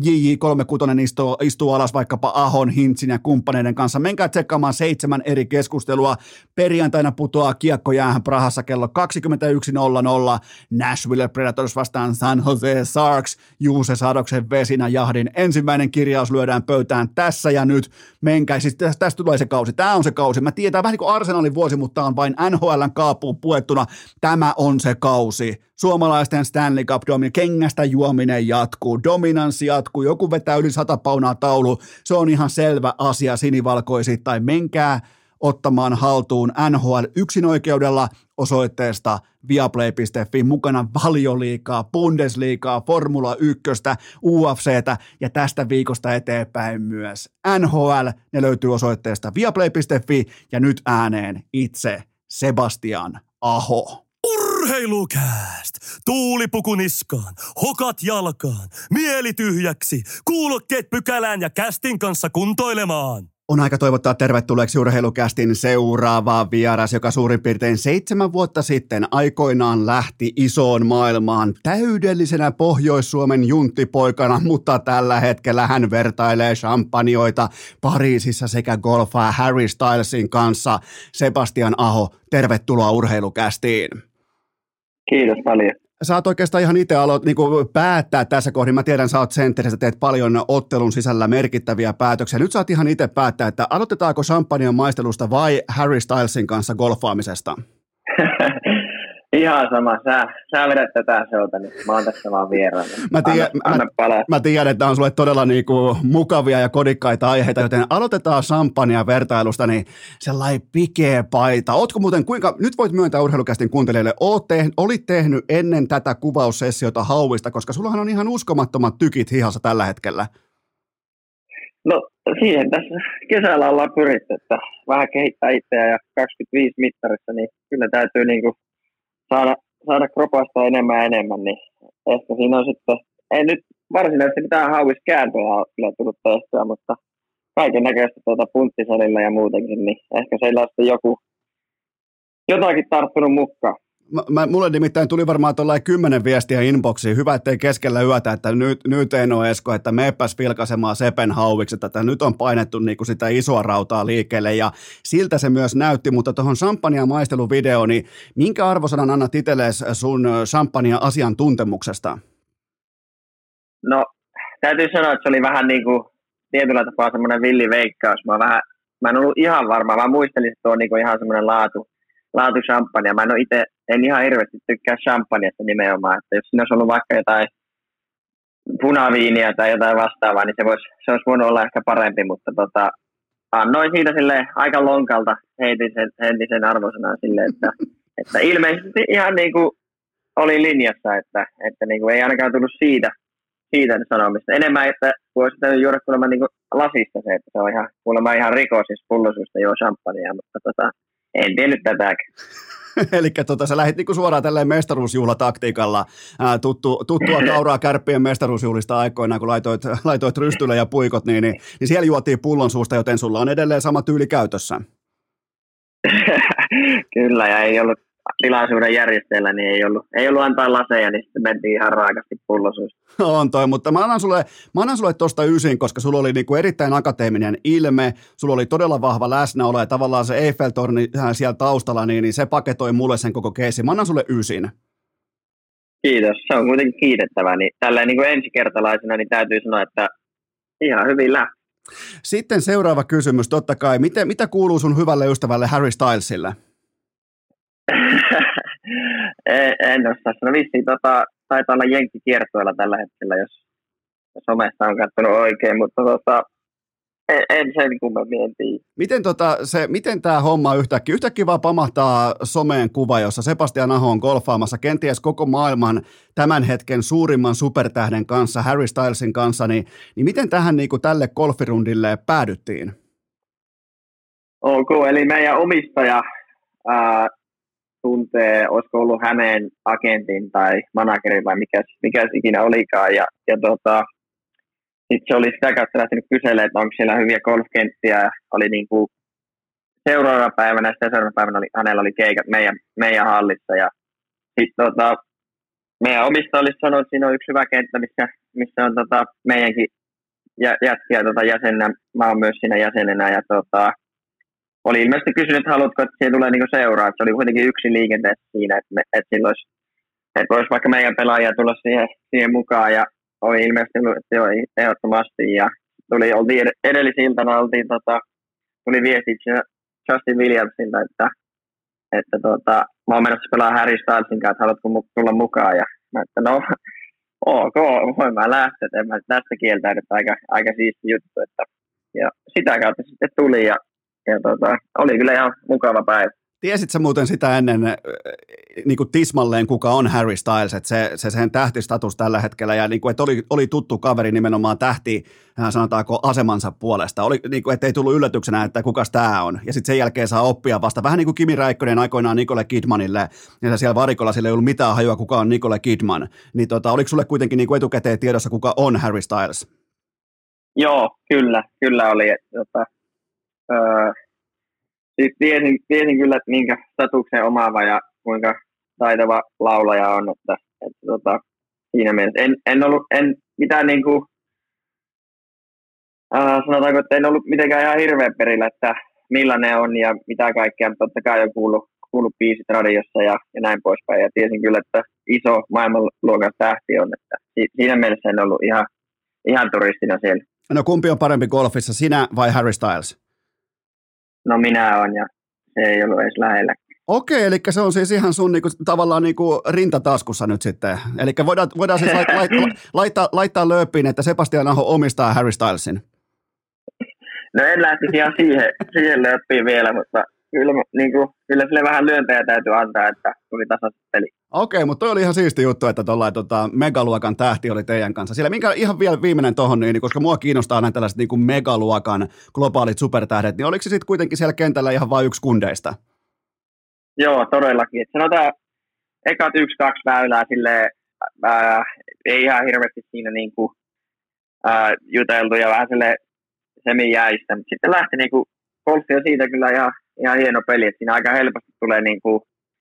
JJ36 istuu alas vaikkapa Ahon, Hintsin ja kumppaneiden kanssa. Menkää tsekkaamaan 7 eri keskustelua. Perjantaina putoaa kiekko jäähän Prahassa kello 21.00. Nashville Predators vastaan San Jose Sharks. Juuse Sadoksen Vesinä jahdin ensimmäinen kirjaus lyödään pöytään tässä ja nyt. Menkää, siis tästä tulee se kausi. Tämä on se kausi. Mä tiedän, vähän niin kuin Arsenalin vuosi, mutta tämä on vain NHL:n kaapuun puettuna. Tämä on se kausi. Suomalaisten Stanley Cup kengästä juominen jatkuu, dominanssi jatkuu, joku vetää yli 100 paunaa taulu, se on ihan selvä asia sinivalkoisittain. Menkää ottamaan haltuun NHL yksinoikeudella osoitteesta viaplay.fi, mukana Valioliigaa, Bundesliigaa, Formula 1, UFCtä ja tästä viikosta eteenpäin myös NHL. Ne löytyy osoitteesta viaplay.fi ja nyt ääneen itse Sebastian Aho. Urheilukääst! Tuulipuku niskaan, hokat jalkaan, mieli tyhjäksi, kuulokkeet pykälään ja kästin kanssa kuntoilemaan. On aika toivottaa tervetulleeksi Urheilukästin seuraava vieras, joka suurin piirtein 7 vuotta sitten aikoinaan lähti isoon maailmaan täydellisenä Pohjois-Suomen junttipoikana, mutta tällä hetkellä hän vertailee champanjoita Pariisissa sekä golfaa Harry Stylesin kanssa. Sebastian Aho, tervetuloa Urheilukästiin. Kiitos paljon. Sä oot oikeastaan ihan itse päättää tässä kohdin. Mä tiedän, sä oot sentteri, sä teet paljon ottelun sisällä merkittäviä päätöksiä. Nyt sä oot ihan itse päättää, että aloitetaanko champagnen maistelusta vai Harry Stylesin kanssa golfaamisesta? Ihan sama. Sä vedät tätä showta, niin mä oon tässä vaan vieraana. Mä tiedän, että on sulle todella mukavia ja kodikkaita aiheita, joten aloitetaan champagnea vertailusta, niin sellainen pikeä paita. Ootko muuten, nyt voit myöntää Urheilukästin kuuntelijoille, olit tehnyt ennen tätä kuvaussessiota hauista, koska sullahan on ihan uskomattomat tykit hihassa tällä hetkellä. No siihen tässä kesällä ollaan pyritty, että vähän kehittää itseä ja 25 mittarissa, niin kyllä täytyy saada kropasta enemmän, niin ehkä siinä on sitten, ei nyt varsinaisesti mitään hauiskääntöjä ole kyllä tullut tehtyä, mutta kaiken näköistä punttisalilla ja muutenkin, niin ehkä siellä on sitten jotakin tarttunut mukaan. Mulle nimittäin tuli varmaan tuollainen 10 viestiä inboxiin. Hyvä, ettei keskellä yötä, että nyt ei ole Esko, että meepäs vilkaisemaan Sepen hauviksi, että nyt on painettu niinku sitä isoa rautaa liikkeelle ja siltä se myös näytti, mutta tuohon champagnea maisteluvideoon, niin minkä arvosanan annat itsellesi sun champagnea asiantuntemuksesta? No, täytyy sanoa, että se oli vähän niin kuin tietyllä tapaa semmoinen villiveikkaus. Mä en ollut ihan varma, mä muistelin, että tuo on niinku ihan semmoinen laatu champagne. Mä en ihan hirveästi tykkää champagnesta nimenomaan, että jos siinä olisi ollut vaikka jotain punaviiniä tai jotain vastaavaa, niin se olisi voinut olla ehkä parempi, mutta annoin siitä silleen aika lonkalta, heitin sen arvosanaan silleen, että ilmeisesti ihan niinku oli linjassa, että niinku ei ainakaan tullut siitä sanomista. Enemmän, että voisi täytyy juoda kuulemma niinku lasista se, että se on ihan, kuulemma ihan rikos, siis pullosuista juo champagnea, mutta en tiennyt tätäkään. Eli sä lähdit niinku suoraan tälleen mestaruusjuhlataktiikalla, tuttua kauraa Kärppien mestaruusjuhlista aikoinaan, kun laitoit rystylle ja puikot, niin siellä juotiin pullon suusta, joten sulla on edelleen sama tyyli käytössä. Kyllä, ja ei ollut tilaisuuden järjestäjällä, niin ei ollut antaa laseja, niin sitten mentiin ihan raakasti pullosuusta. On toi, mutta mä annan sulle tosta 9, koska sulla oli niinku erittäin akateeminen ilme, sulla oli todella vahva läsnäolo ja tavallaan se Eiffeltorni siellä taustalla, niin se paketoi mulle sen koko keissin. Mä annan sulle 9. Kiitos, se on kuitenkin kiitettävää. Niin tälleen niin kuin ensikertalaisena niin täytyy sanoa, että ihan hyvin lähti. Sitten seuraava kysymys, totta kai. Mitä kuuluu sun hyvälle ystävälle Harry Stylesille? En osaa sanoa. Vissiin taitaa olla jenkkikiertueella tällä hetkellä, jos somesta on katsonut oikein, mutta en sen kummemmin tiedä. Miten tämä homma yhtäkkiä vaan pamahtaa someen kuva, jossa Sebastian Aho on golfaamassa kenties koko maailman tämän hetken suurimman supertähden kanssa, Harry Stylesin kanssa, niin miten tähän niin kuin tälle golfirundille päädyttiin? Ok, eli meidän omistaja tuntee, olisiko ollut hänen agentin tai managerin vai mikä se ikinä olikaan. Ja sitten se oli sitä kautta lähtenyt kyselemään, että onko siellä hyviä golfkenttiä. Ja oli niin kuin seuraavana päivänä hänellä oli keikat meidän hallissa. Ja sitten meidän omistaja olisi sanonut, että siinä on yksi hyvä kenttä, missä on meidänkin jätkiä jäsenenä. Mä oon myös siinä jäsenenä. Ja oli ilmeisesti kysynyt, että haluatko, että siihen tulee niinku seuraa. Se oli kuitenkin yksi liikenteessä siinä, että voisi vaikka meidän pelaajia tulla siihen mukaan. Ja oli ilmeisesti että joo, ehdottomasti. Ja oltiin edellisiltana tuli viesti Justin Williamsilta, että mä oon menossa pelaamaan Harry Stylesin kanssa, että haluatko tulla mukaan. Ja mä että no, ok, voin mä lähteä. En mä tästä kieltänyt, aika siisti juttu. Ja sitä kautta sitten tuli ja oli kyllä ihan mukava päivä. Tiesit sä muuten sitä ennen niin kuin tismalleen, kuka on Harry Styles, että se sen tähtistatus tällä hetkellä, ja niin kuin, että oli tuttu kaveri nimenomaan sanotaanko asemansa puolesta, niin kuin, että ei tullut yllätyksenä, että kukas tämä on, ja sitten sen jälkeen saa oppia vasta, vähän niin kuin Kimi Räikkönen aikoinaan Nicole Kidmanille, ja siellä varikolla sillä ei ollut mitään hajua, kuka on Nicole Kidman, niin oliko sulle kuitenkin niin kuin etukäteen tiedossa, kuka on Harry Styles? Joo, kyllä oli, siis tiesin kyllä, että minkä statuksen omaava ja kuinka taitava laulaja on, että siinä mielessä en mitään niinku, sanotaanko, että en ollut mitenkään ihan hirveän perillä, että millainen on ja mitä kaikkea, mutta totta kai on kuullut biisit radiossa ja näin poispäin, ja tiesin kyllä, että iso maailmanluokan tähti on, että siinä mielessä en ollut ihan turistina siellä. No kumpi on parempi golfissa, sinä vai Harry Styles? No minä olen, ja se ei ollut edes lähellä. Okei, eli se on siis ihan sun tavallaan rintataskussa nyt sitten. Eli voidaan siis laittaa lööppiin, että Sebastian Aho omistaa Harry Stylesin. No en lähtisi ihan siihen lööppiin vielä, mutta kyllä sille vähän lyöntejä täytyy antaa, että tuli tasapeli. Okei, mutta toi oli ihan siisti juttu, että megaluokan tähti oli teidän kanssa. Siellä minkä ihan vielä viimeinen tohon, niin, koska mua kiinnostaa näin tällaiset niin kuin megaluokan globaalit supertähdet, niin oliko se sitten kuitenkin siellä kentällä ihan vain yksi kundeista? Joo, todellakin. Et sanotaan ekat 1-2 väylää silleen, ei ihan hirveästi siinä niinku, juteltu ja vähän silleen semijäistä, mutta sitten lähti niinku golfi on siitä kyllä ihan hieno peli, että siinä aika helposti tulee niinku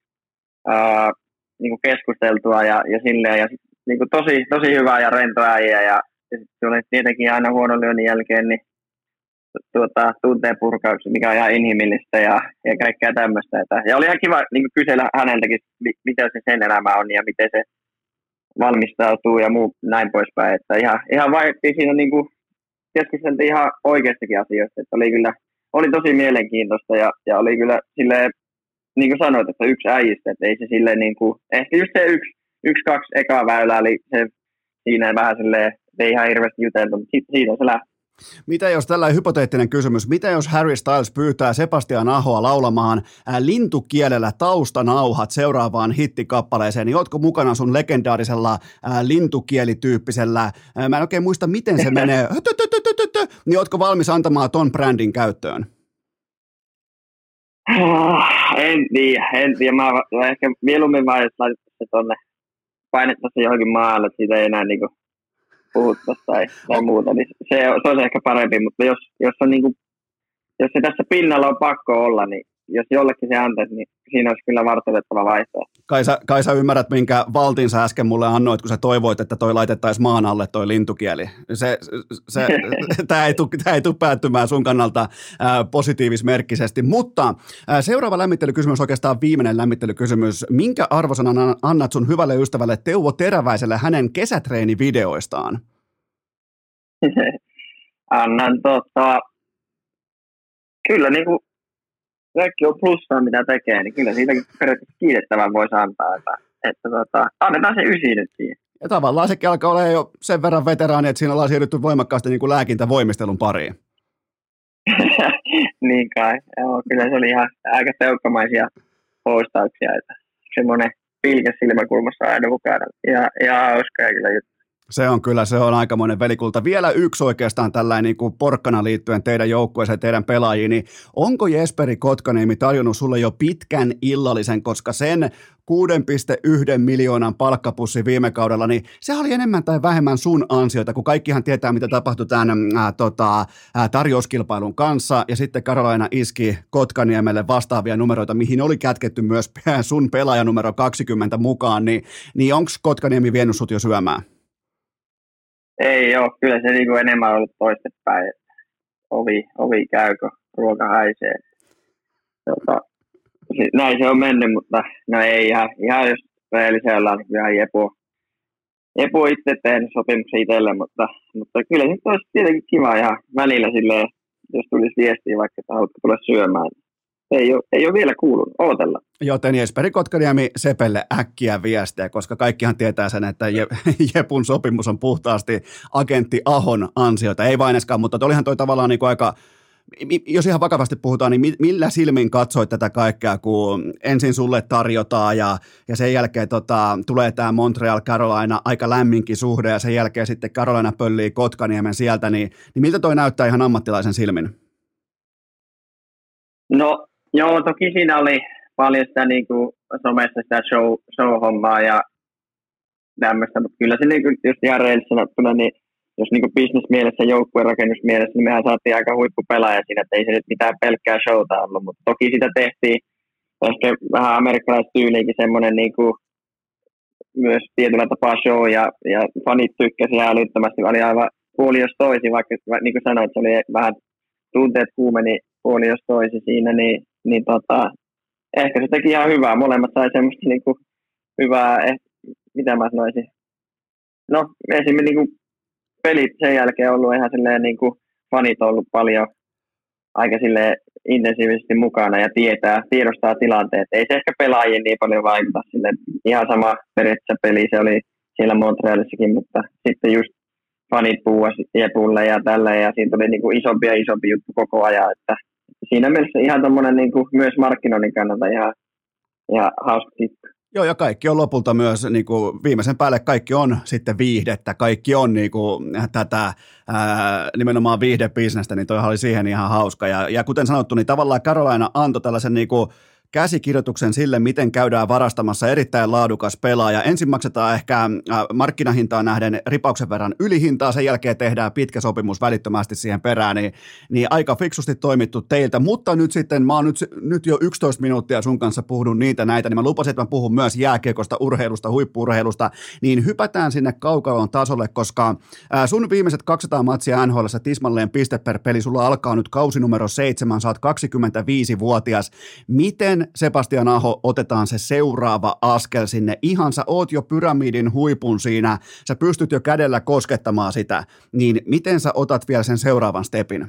keskusteltua ja silleen, ja niinku tosi hyvää ja rento äijä, ja sitten oli tietenkin aina huonon lyönnin jälkeen niin tunteen purkauksia, mikä on ihan inhimillistä ja kaikkea tämmöistä. Ja oli ihan kiva niin kysellä häneltäkin, miten se sen elämä on ja miten se valmistautuu ja muu näin poispäin. Että ihan vaihdettiin siinä niin kuin keskusteltiin ihan oikeistakin asioista, että oli tosi mielenkiintoista ja oli kyllä silleen, niin kuin sanoit, että yksi äijistä, että ei se silleen niin kuin, ehkä just se kaksi ekaa väylää, eli se siinä vähän silleen, ei ihan hirveästi juteltu, mutta siitä se lähti. Mitä jos tällainen hypoteettinen kysymys, mitä jos Harry Styles pyytää Sebastian Ahoa laulamaan lintukielellä taustanauhat seuraavaan hittikappaleeseen, niin ootko mukana sun legendaarisella lintukielityyppisellä, mä en oikein muista miten se menee, niin ootko valmis antamaan ton brändin käyttöön? En tiedä. Mä ehkä mieluummin vaan, jos laitettaisiin se tonne, painettaisiin johonkin maalle, että siitä ei enää niinku puhuttaisiin tai muuta, niin se olisi ehkä parempi, mutta jos on niinku, jos se tässä pinnalla on pakko olla, niin jos jollekin se antaisi, niin siinä olisi kyllä vartelettava vaihtoehto. Kai sä ymmärrät, minkä valtin sä äsken mulle annoit, kun sä toivoit, että toi laitettaisiin maan alle toi lintukieli. Tämä ei tule päättymään sun kannalta positiivismerkkisesti, mutta seuraava lämmittelykysymys, oikeastaan viimeinen lämmittelykysymys. Minkä arvosanan annat sun hyvälle ystävälle Teuvo Teräväiselle hänen kesätreenivideoistaan? Annan kyllä niinku kaikki on plussaa, mitä tekee, niin kyllä siitäkin periaatteessa kiitettävän voisi antaa, että annetaan se 9 nyt siihen. Ja tavallaan sekin alkaa olla jo sen verran veteraani, että siinä ollaan siirrytty voimakkaasti niin kuin lääkintävoimistelun pariin. Niin kai, joo, kyllä se oli ihan aika teukkamaisia postauksia, että semmoinen pilke silmäkulmassa aina mukana. Ja hauska kyllä juttu. Se on aikamoinen velikulta. Vielä yksi oikeastaan tällainen niin kuin porkkana liittyen teidän joukkueeseen, teidän pelaajiin, niin onko Jesperi Kotkaniemi tarjonnut sulle jo pitkän illallisen, koska sen 6,1 miljoonan palkkapussi viime kaudella, niin se oli enemmän tai vähemmän sun ansiota, kun kaikkihan tietää, mitä tapahtui tämän tarjouskilpailun kanssa, ja sitten Carolina iski Kotkaniemelle vastaavia numeroita, mihin oli kätketty myös sun pelaajanumero 20 mukaan, niin onko Kotkaniemi vienyt sut jo syömään? Ei ole, kyllä se niinku enemmän ollut toistepäin, että ovi käy, kun ruoka haisee. Näin se on mennyt, mutta no ei ihan jos rehellisiä ollaan, niin ihan Jepu itse tehnyt sopimuksen itselle, mutta kyllä se olisi tietenkin kiva ihan välillä silleen, jos tulisi viestiä vaikka, että haluatko tulla syömään. Ei ole vielä kuulunut, ootella. Joten Jesperi Kotkaniemi Sepelle äkkiä viestiä, koska kaikkihan tietää sen, että Jepun sopimus on puhtaasti agentti Ahon ansiota. Ei vain eskaan, mutta olihan toi tavallaan niin kuin aika, jos ihan vakavasti puhutaan, niin millä silmin katsoit tätä kaikkea, kun ensin sulle tarjotaan ja sen jälkeen tulee tämä Montreal Carolina aika lämminkin suhde ja sen jälkeen sitten Carolina pöllii Kotkaniemen sieltä, niin miltä toi näyttää ihan ammattilaisen silmin? No joo, toki siinä oli paljon sitä niin kuin somessa sitä show-hommaa ja tämmöistä, mutta kyllä se niin kuin, just ihan reilissä sanottuna, niin jos niin kuin business-mielessä, joukkueen rakennusmielessä, niin mehän saatiin aika huippupelaaja siinä, että ei se nyt mitään pelkkää showta ollut, mutta toki sitä tehtiin ehkä vähän amerikkalaistyyliinkin semmoinen niin kuin myös tietyllä tapaa show ja fanit tykkäsi ihan älyttömästi, oli aivan puoli jos toisin, vaikka niin kuin sanoit, se oli vähän tunteet kuumeni puoli jos toisin siinä, niin ehkä se teki ihan hyvää. Molemmat sai semmoista niinku hyvää, mitä mä sanoisin. No esimerkiksi niinku pelit sen jälkeen on ollut ihan silleen niinku fanit on ollut paljon aika silleen intensiivisesti mukana ja tiedostaa tilanteet. Ei se ehkä pelaajien niin paljon vaikuta silleen. Ihan sama periaatteessa peli se oli siellä Montrealissakin, mutta sitten just fanit puhuivat Jepulle ja tällä ja siinä tuli niinku isompi ja isompi juttu koko ajan, että siinä mielessä ihan tommonen niinku myös markkinoinnin kannalta ihan hauska tikka. Joo, ja kaikki on lopulta myös, niin kuin viimeisen päälle kaikki on sitten viihdettä, kaikki on niin kuin tätä nimenomaan viihdebisnestä, niin toihan oli siihen ihan hauska. Ja kuten sanottu, niin tavallaan Carolina antoi tällaisen niin kuin käsikirjoituksen sille, miten käydään varastamassa erittäin laadukas pelaaja. Ensin maksetaan ehkä markkinahintaan nähden ripauksen verran ylihintaa, sen jälkeen tehdään pitkä sopimus välittömästi siihen perään, niin aika fiksusti toimittu teiltä, mutta nyt sitten, mä oon nyt jo 11 minuuttia sun kanssa puhunut näitä, niin mä lupasin, että mä puhun myös jääkiekosta, urheilusta, huippu-urheilusta, niin hypätään sinne kaukalon tasolle, koska sun viimeiset 200 matsia NHL:ssä tismalleen piste per peli, sulla alkaa nyt kausi numero 7, sä oot 25-vuotias, miten miten Sebastian Aho otetaan se seuraava askel sinne? Ihan sä oot jo pyramidin huipun siinä, sä pystyt jo kädellä koskettamaan sitä, niin miten sä otat vielä sen seuraavan stepin?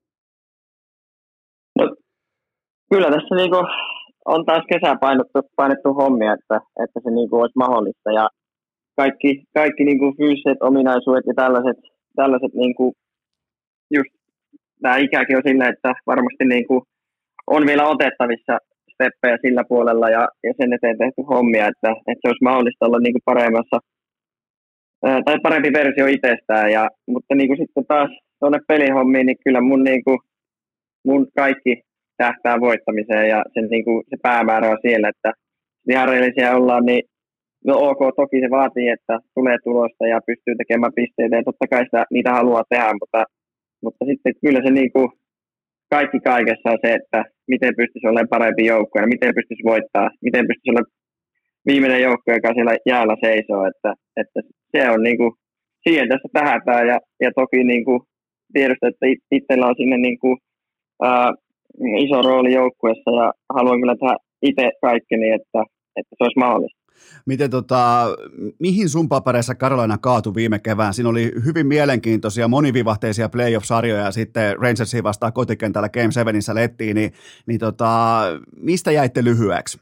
No, kyllä tässä niinku on taas kesää painettu hommia, että se niinku olisi mahdollista ja kaikki niinku fyysiset ominaisuudet ja tällaiset niinku just tämä ikäkin on silleen, että varmasti niinku on vielä otettavissa steppejä sillä puolella ja sen eteen tehty hommia, että se olisi mahdollista olla niinku paremmassa tai parempi versio itsestään. Mutta niinku sitten taas tuonne pelihommiin, niin kyllä mun kaikki tähtää voittamiseen ja se päämäärä on siellä, että ihan rehellisiä ollaan, niin no ok, toki se vaatii, että tulee tulosta ja pystyy tekemään pisteitä ja totta kai niitä haluaa tehdä, mutta sitten kyllä se niinku kaikki kaikessa on se, että miten pystyisi olemaan parempi joukko ja miten pystyisi voittaa, miten pystyisi olemaan viimeinen joukko, joka siellä jäällä seisoo, että se on niinku, siihen tässä tähdätään ja toki niinku tiedostaa, että itsellä on sinne niinku, iso rooli joukkueessa ja haluan kyllä tehdä itse kaikkeni, että se olisi mahdollista. Miten mihin sun papereissa Carolina kaatui viime kevään? Siinä oli hyvin mielenkiintoisia monivivahteisia playoff-sarjoja ja sitten Rangersia vastaan kotikentällä Game 7:issä lettiin, niin mistä jäitte lyhyeksi?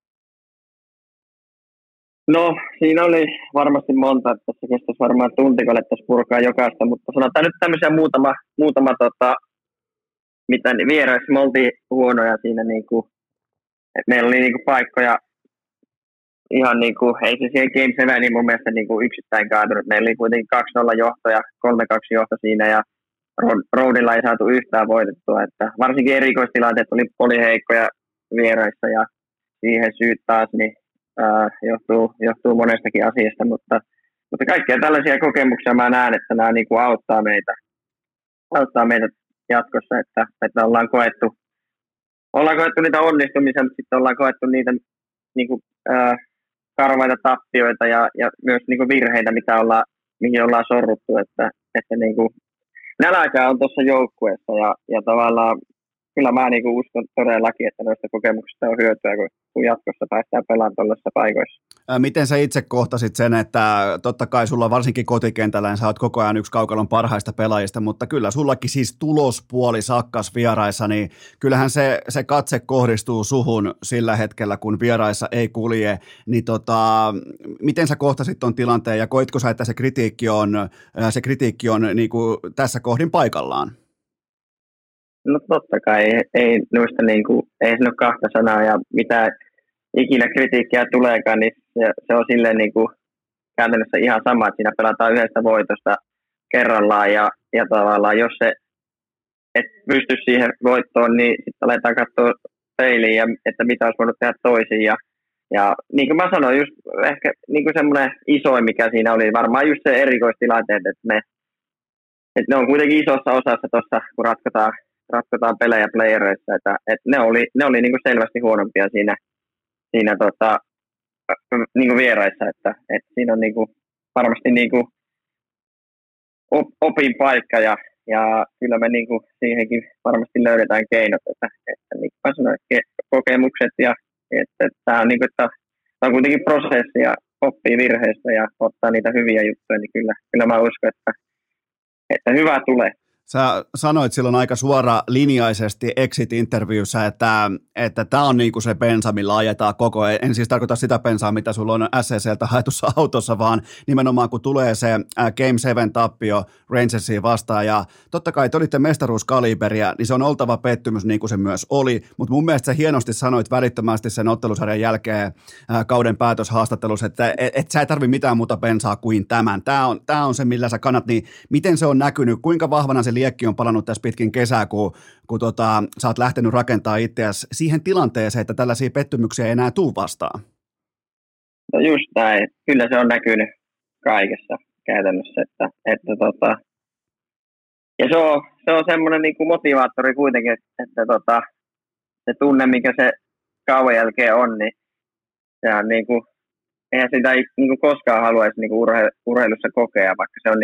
No, siinä oli varmasti monta, että se kestäisi varmaan tunti, kun alettaisiin purkaa jokaista, mutta sanotaan nyt tämmöisiä muutama mitä vieraissa me oltiin huonoja siinä, että meillä oli paikkoja ihan ei se siihen Game 7 mun mielestä yksittäin kaatunut. Meillä oli kuitenkin 2-0 johto ja 3-2 johto siinä ja roadilla ei saatu yhtään voitettua, että varsinkin erikoistilanteet oli heikkoja vieraissa ja siihen syyt taas niin johtuu monestakin asiasta, mutta kaikkia tällaisia kokemuksia mä näen, että nämä auttaa meitä jatkossa, että ollaan koettu niitä onnistumisia, mutta sitten ollaan koettu niitä karvaita tappioita ja myös virheitä, mihin ollaan sorruttu, että nälkää on tuossa joukkueessa ja tavallaan kyllä mä uskon todellakin, että noista kokemuksista on hyötyä, kun jatkossa päästään pelaamaan tuollaisissa paikoissa. Miten sä itse kohtasit sen, että totta kai sulla varsinkin kotikentällä, niin sä oot koko ajan yksi kaukalon parhaista pelaajista, mutta kyllä sullakin siis tulospuoli sakkas vieraissa, niin kyllähän se katse kohdistuu suhun sillä hetkellä, kun vieraissa ei kulje, niin miten sä kohtasit ton tilanteen ja koitko sä, että se kritiikki on niin kuin tässä kohdin paikallaan? No totta kai, ei noista ei sano kahta sanaa ja mitä ikinä kritiikkiä tuleekaan, niin se on silleen käytännössä ihan sama, että siinä pelataan yhdestä voitosta kerrallaan ja tavallaan jos se et pysty siihen voittoon, niin sitten aletaan katsoa peiliin ja että mitä olisi voinut tehdä toisin ja niin kuin mä sanoin, just ehkä semmoinen isoin, mikä siinä oli, varmaan just se erikoistilanteet, että ne on kuitenkin isossa osassa tuossa, kun ratkotaan pelejä playereissa, että ne oli selvästi huonompia siinä vieraissa, että siinä on varmasti opin paikka ja kyllä me siihenkin varmasti löydetään keinot, että niin kuin mä sanoin, kokemukset ja että tämä on että on kuitenkin prosessi ja oppii virheistä ja ottaa niitä hyviä juttuja, niin kyllä mä uskon, että hyvä tulee. Sä sanoit silloin aika suoralinjaisesti exit-interviewssä, että tämä on niinku se bensa, millä ajetaan koko ajan. En siis tarkoita sitä bensaa, mitä sulla on SCCltä haetussa autossa, vaan nimenomaan kun tulee se Game 7-tappio Rangersiin vastaan. Ja totta kai te olitte mestaruuskaliberia, niin se on oltava pettymys niin kuin se myös oli. Mutta mun mielestä sä hienosti sanoit välittömästi sen ottelusarjan jälkeen kauden päätöshaastattelussa, että sä ei tarvi mitään muuta bensaa kuin tämän. Tämä on se, millä sä kannat. Niin miten se on näkynyt? Kuinka vahvana se liekki on palannut tässä pitkin kesää, kun sä oot lähtenyt rakentamaan itseäsi siihen tilanteeseen, että tällaisia pettymyksiä ei enää tule vastaan? No just näin. Kyllä se on näkynyt kaikessa käytännössä. Ja se on semmoinen motivaattori kuitenkin, että se tunne, mikä se kauan jälkeen on, niin se on eihän sitä koskaan haluaisi urheilussa kokea, vaikka se on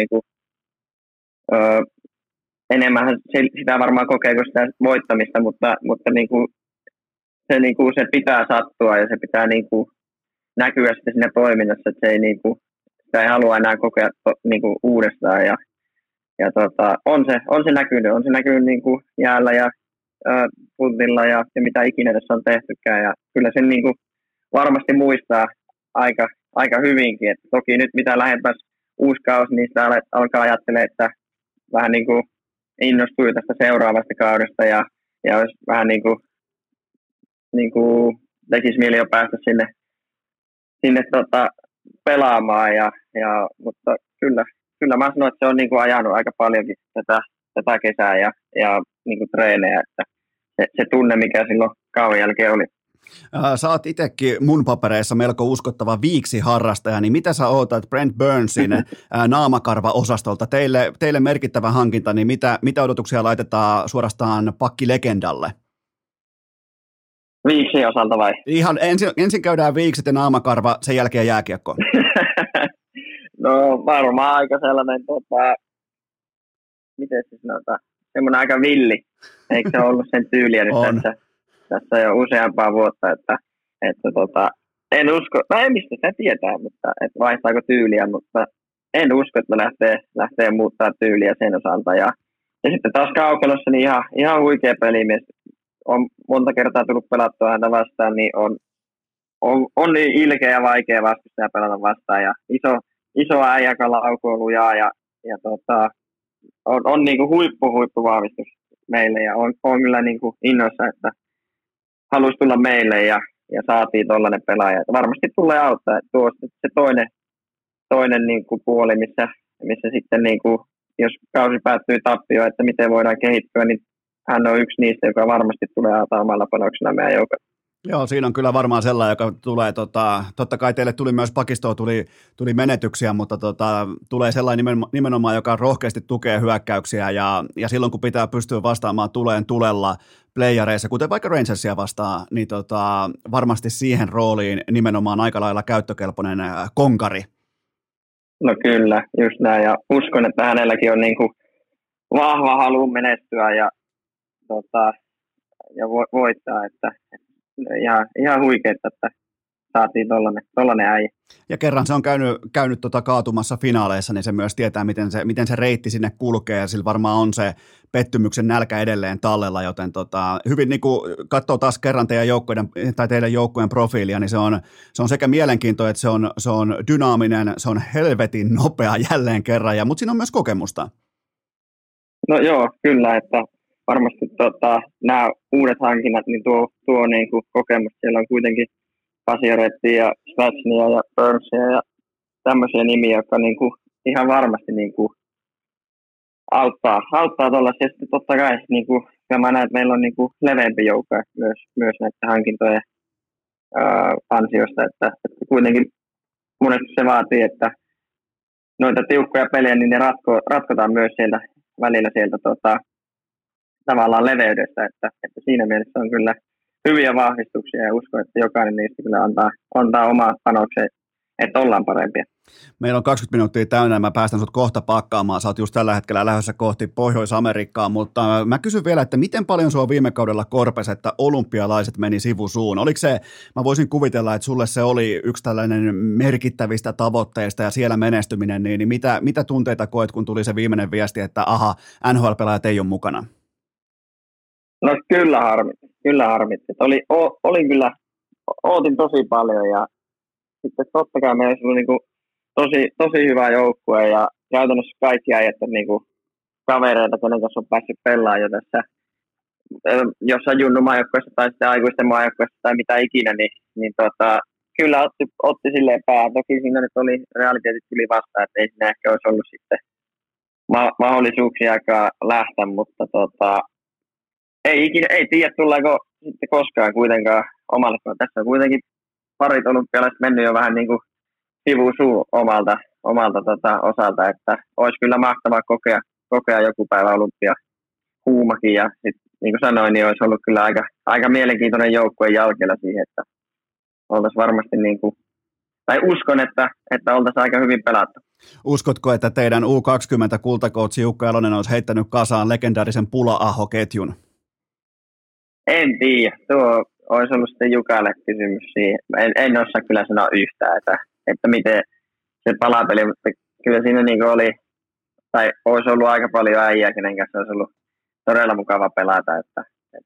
enemmän sitä varmaan kokee kuin sitä voittamista, mutta se pitää sattua ja se pitää niin kuin näkyä sitten siinä toiminnassa, että se ei, niin kuin, sitä ei halua enää kokea niin kuin uudestaan. Ja on se näkynyt niin kuin jäällä ja puntilla ja mitä ikinä tässä on tehtykään. Ja kyllä sen niin kuin varmasti muistaa aika hyvinkin. Et toki nyt mitä lähempäs uusi kausi, niin sitä alkaa ajattelemaan, että vähän niin kuin innostui tästä seuraavasta kaudesta ja olisi vähän niin kuin tekisi mieli jo päästä sinne pelaamaan. Mutta kyllä mä sanoin, että se on niin kuin ajanut aika paljonkin tätä kesää ja niin kuin treenejä, että se tunne, mikä silloin kauden jälkeen oli. Sä oot itsekin mun papereissa melko uskottava viiksiharrastaja, niin mitä sä ootat Brent Burnsin naamakarva-osastolta? Teille merkittävä hankinta, niin mitä odotuksia laitetaan suorastaan pakkilegendalle? Viiksien osalta vai? Ihan ensin käydään viikset ja naamakarva, sen jälkeen jääkiekko. No varmaan aika sellainen, miten se sanotaan, semmoinen aika villi. Eikö se ollut sen tyyliä nyt tässä jo useampaa vuotta, että en usko, en mistä sitä tietää, mutta että vaihtaako tyyliä, mutta en usko, että lähtee muuttaa tyyliä sen osalta. Ja sitten taas Kaukelossa niin ihan huikea pelimies. On monta kertaa tullut pelattua häntä vastaan, niin on niin ilkeä ja vaikea vastustaja pelata vastaan. Ja iso äijä, joka laukoo lujaa ja on niin kuin huippuvahvistus meille. Ja on kyllä niin kuin innoissa, että halusi tulla meille ja saatiin tollainen pelaaja. Että varmasti tulee auttaa. Että tuo se toinen niin kuin puoli, missä sitten niin kuin, jos kausi päättyy tappioon, että miten voidaan kehittyä, niin hän on yksi niistä, joka varmasti tulee auttaa omalla panoksena meidän joukkoon. Joo, siinä on kyllä varmaan sellainen, joka tulee, totta kai teille tuli myös pakistoon tuli menetyksiä, mutta tulee sellainen nimenomaan, joka rohkeasti tukee hyökkäyksiä ja silloin kun pitää pystyä vastaamaan tulella playareissa, kuten vaikka Rangersia vastaa, niin varmasti siihen rooliin nimenomaan aika lailla käyttökelpoinen konkari. No kyllä, just näin ja uskon, että hänelläkin on niin kuin vahva halu menestyä ja voittaa, että ihan huikeeta, että saatiin tollainen äijä. Ja kerran se on käynyt kaatumassa finaaleissa, niin se myös tietää, miten se reitti sinne kulkee, ja sillä varmaan on se pettymyksen nälkä edelleen tallella, joten hyvin niin kuin katsoo taas kerran teidän joukkueen profiilia, niin se on sekä mielenkiintoinen, että se on dynaaminen, se on helvetin nopea jälleen kerran, mutta siinä on myös kokemusta. No joo, kyllä, että varmasti nämä uudet hankinnat niin tuo niin kuin kokemus. Siellä on kuitenkin Pasiorettia ja Svatsnia ja Burnsia ja tämmöisiä nimiä, jotka niin kuin ihan varmasti niin kuin auttaa tuollaisia. Sitten totta kai niin kuin, mä näen, että meillä on niin kuin leveämpi joukko myös näiden hankintojen ansiosta, että kuitenkin monesti se vaatii, että noita tiukkoja pelejä, niin ne ratkotaan myös sieltä välillä sieltä tavallaan leveydestä, että siinä mielessä on kyllä hyviä vahvistuksia ja uskon, että jokainen niistä kyllä antaa omaa panokseen, että ollaan parempia. Meillä on 20 minuuttia täynnä ja mä päästän sut kohta pakkaamaan. Sä oot just tällä hetkellä lähdössä kohti Pohjois-Amerikkaa, mutta mä kysyn vielä, että miten paljon sua viime kaudella korpesi, että olympialaiset meni sivusuun? Oliko se, mä voisin kuvitella, että sulle se oli yksi tällainen merkittävistä tavoitteista ja siellä menestyminen, niin mitä tunteita koet, kun tuli se viimeinen viesti, että aha, NHL-pelaajat ei ole mukana? No kyllä harmitti. Olin kyllä, ootin tosi paljon ja sitten totta kai meillä oli niin kuin tosi hyvä joukkue ja käytännössä kaikki äijät on niin kuin kavereita, kenen kanssa on päässyt pelaamaan jo tässä jossain junnumaajoukkueessa tai sitten aikuisten maajoukkueessa tai mitä ikinä, niin kyllä otti silleen päähän. Toki siinä nyt oli realiteetit tuli vastaan, että ei siinä ehkä olisi ollut sitten mahdollisuuksia aikaa lähteä, mutta ei tiedä tuleeko sitten koskaan kuitenkaan omalle. Tässä on kuitenkin parit olympialaiset mennyt jo vähän niin kuin sivusuun omalta osalta, että olisi kyllä mahtavaa kokea joku päivä olympiahuumakin ja sit, niin kuin sanoin, niin olisi ollut kyllä aika mielenkiintoinen joukkue jalkeilla siihen, että oltaisiin varmasti niin kuin, tai uskon, että oltaisiin aika hyvin pelattu. Uskotko, että teidän U20-kultakoutsi Jukka Jalonen olisi heittänyt kasaan legendaarisen Pula-Aho-ketjun? En tiedä. Tuo olisi ollut sitten Jukalle kysymys siihen. En osaa kyllä sanoa yhtään, että miten se palapeli, mutta kyllä siinä niin oli, tai olisi ollut aika paljon äijää, kenen kanssa olisi ollut todella mukava pelata, että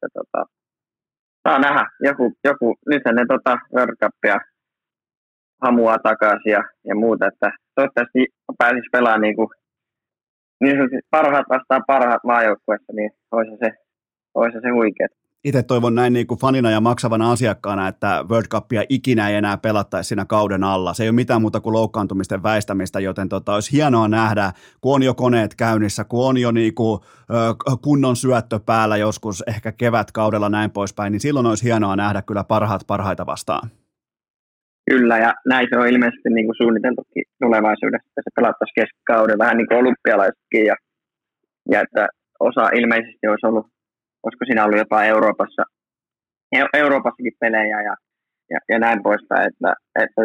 saa nähdä. Joku nythän ne World Cupia hamuaa takaisin ja muuta, että toivottavasti pääsisi pelaamaan niin parhaat vastaan parhaat maajoukkueessa, niin olisi se huikea. Itse toivon näin niin kuin fanina ja maksavana asiakkaana, että World Cupia ikinä ei enää pelattaisi siinä kauden alla. Se ei ole mitään muuta kuin loukkaantumisten väistämistä, joten olisi hienoa nähdä, kun on jo koneet käynnissä, kun on jo niin kuin, kunnon syöttö päällä joskus ehkä kevätkaudella näin poispäin, niin silloin olisi hienoa nähdä kyllä parhaita vastaan. Kyllä, ja näin se on ilmeisesti niin kuin suunniteltukin tulevaisuudessa, että se pelattaisiin keskikauden vähän niin kuin olympialaisetkin, ja että osa ilmeisesti olisi ollut, olisiko siinä ollut jopa Euroopassakin pelejä ja näin poispäin, että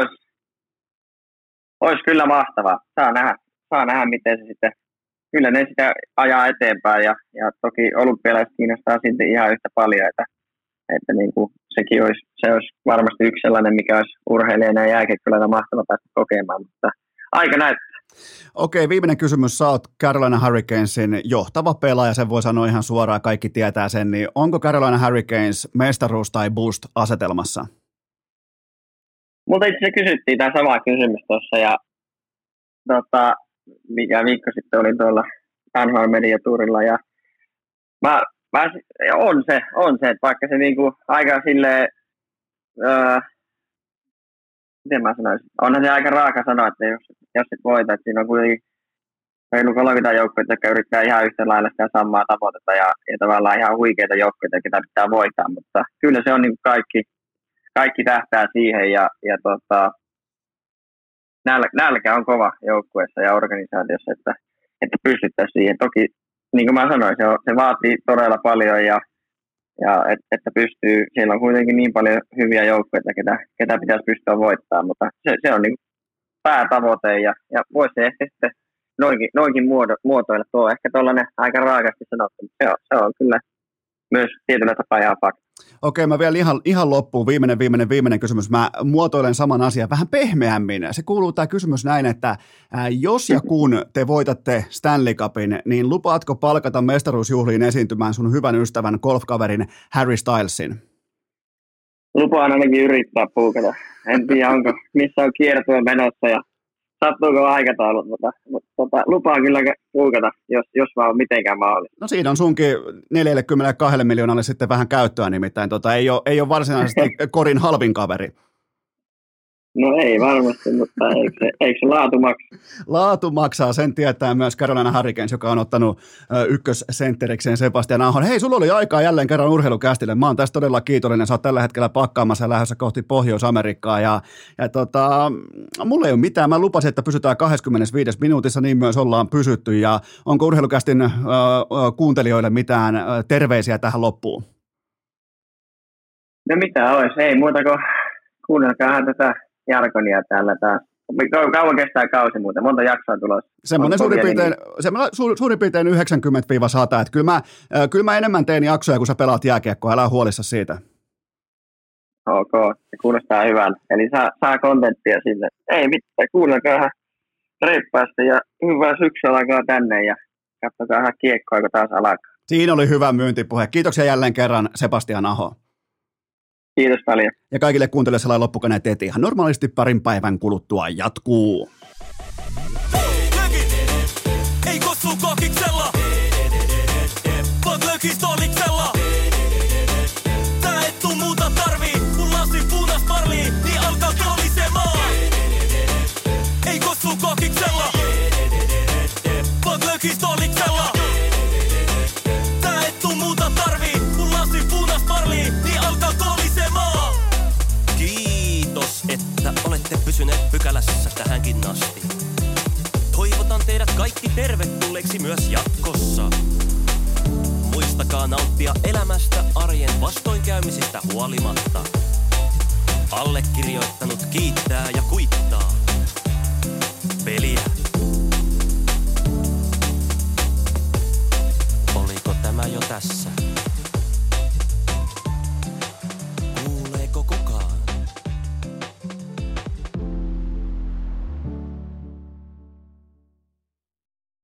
olisi kyllä mahtavaa. Saa nähdä, miten se sitten, kyllä ne sitä ajaa eteenpäin ja toki olympialaiset kiinnostaa silti ihan yhtä paljon, että niin kuin se olisi varmasti yksi sellainen, mikä olisi urheilijana ja jääkiekkoilijoina mahtava päästä kokemaan, mutta aika näyttää. Okei, viimeinen kysymys. Sä oot Carolina Hurricanesin johtava pelaaja, sen voi sanoa ihan suoraan, kaikki tietää sen, niin onko Carolina Hurricanes mestaruus tai boost asetelmassa? Multa itse asiassa kysyttiin tämä sama kysymys tuossa ja mikä viikko sitten olin tuolla NHL Mediaturilla ja on se, että vaikka se niinku aika silleen, miten mä sanoisin, onhan se aika raaka sanoa, että jos et voita, että siinä on kuitenkin reilu 30 joukkoja, jotka yrittää ihan yhtä lailla sitä samaa tavoitetta ja tavallaan ihan huikeita joukkoja, joita pitää voittaa, mutta kyllä se on niin kaikki tähtää siihen ja nälkä on kova joukkueessa ja organisaatiossa, että pystyttäisiin siihen. Toki, niin kuin mä sanoin, se vaatii todella paljon ja että pystyy, siellä on kuitenkin niin paljon hyviä joukkoja, ketä pitäisi pystyä voittamaan, mutta se on niin päätavoite ja voisi ehkä sitten noinkin muotoilla. Tuo on ehkä tuollainen aika raakasti sanottu, mutta se on kyllä myös tietyllä tapaa ihan fakta. Okei, mä vielä ihan loppuun viimeinen kysymys. Mä muotoilen saman asian vähän pehmeämmin. Se kuuluu tämä kysymys näin, että jos ja kun te voitatte Stanley Cupin, niin lupaatko palkata mestaruusjuhliin esiintymään sun hyvän ystävän golfkaverin Harry Stylesin? Lupaan ainakin yrittää puukata. En tiedä, missä on kiertue menossa ja sattuuko aikataulut, mutta lupaan kyllä puukata, jos vaan mitenkään mahdollista. No siinä on sunkin 42 miljoonalle sitten vähän käyttöä, nimittäin ei ole varsinaisesti korin halvin kaveri. No ei varmasti, mutta eikö se laatu maksaa? Laatu maksaa, sen tietää myös Carolina Hurricanes, joka on ottanut ykkössentterikseen Sebastian Ahon. Hei, sulla oli aikaa jälleen kerran urheilukästille. Mä oon tästä todella kiitollinen. Sä oot tällä hetkellä pakkaamassa ja lähdössä kohti Pohjois-Amerikkaa. Mulla ei ole mitään. Mä lupasin, että pysytään 25 minuutissa, niin myös ollaan pysytty. Ja onko urheilukästin kuuntelijoille mitään terveisiä tähän loppuun? No mitä olisi? Ei muuta kuin kuunnelkaa tätä Jarkonia täällä taas. Kauan kestää kausi muuten? Monta jaksoa tulossa? Semmoinen suurin piirtein 90-100. Että kyllä mä enemmän teen jaksoja, kun sä pelaat jääkiekkoa. Älä huolissa siitä. Ok, se kuulostaa hyvältä. Eli saa kontenttia sinne. Ei mitään, kuunnelkaa reippaasti ja hyvää syksyä alkaa tänne ja katsokaa kiekkoa, kun taas alkaa. Siinä oli hyvä myyntipuhe. Kiitoksia jälleen kerran, Sebastian Aho. Kiitos paljon. Ja kaikille kuuntelijoille sellainen loppukaneet eteen. Ihan normaalisti parin päivän kuluttua jatkuu. Ei kossu kokiksella, vaan lökis toliksella. Tää et tuu muuta tarvii, kun lasin punas parlii, niin alkaa kolisemaan. Ei kossu kokiksella, vaan lökis toliksella. Tää et tuu muuta tarvii, kun lasin punas parlii, niin alkaa kolisemaan. Kiitos, että olette pysyneet pykälässä tähänkin asti. Toivotan teidät kaikki tervetulleeksi myös jatkossa. Muistakaa nauttia elämästä arjen vastoinkäymisistä huolimatta. Allekirjoittanut kiittää ja kuittaa. Peliä. Oliko tämä jo tässä?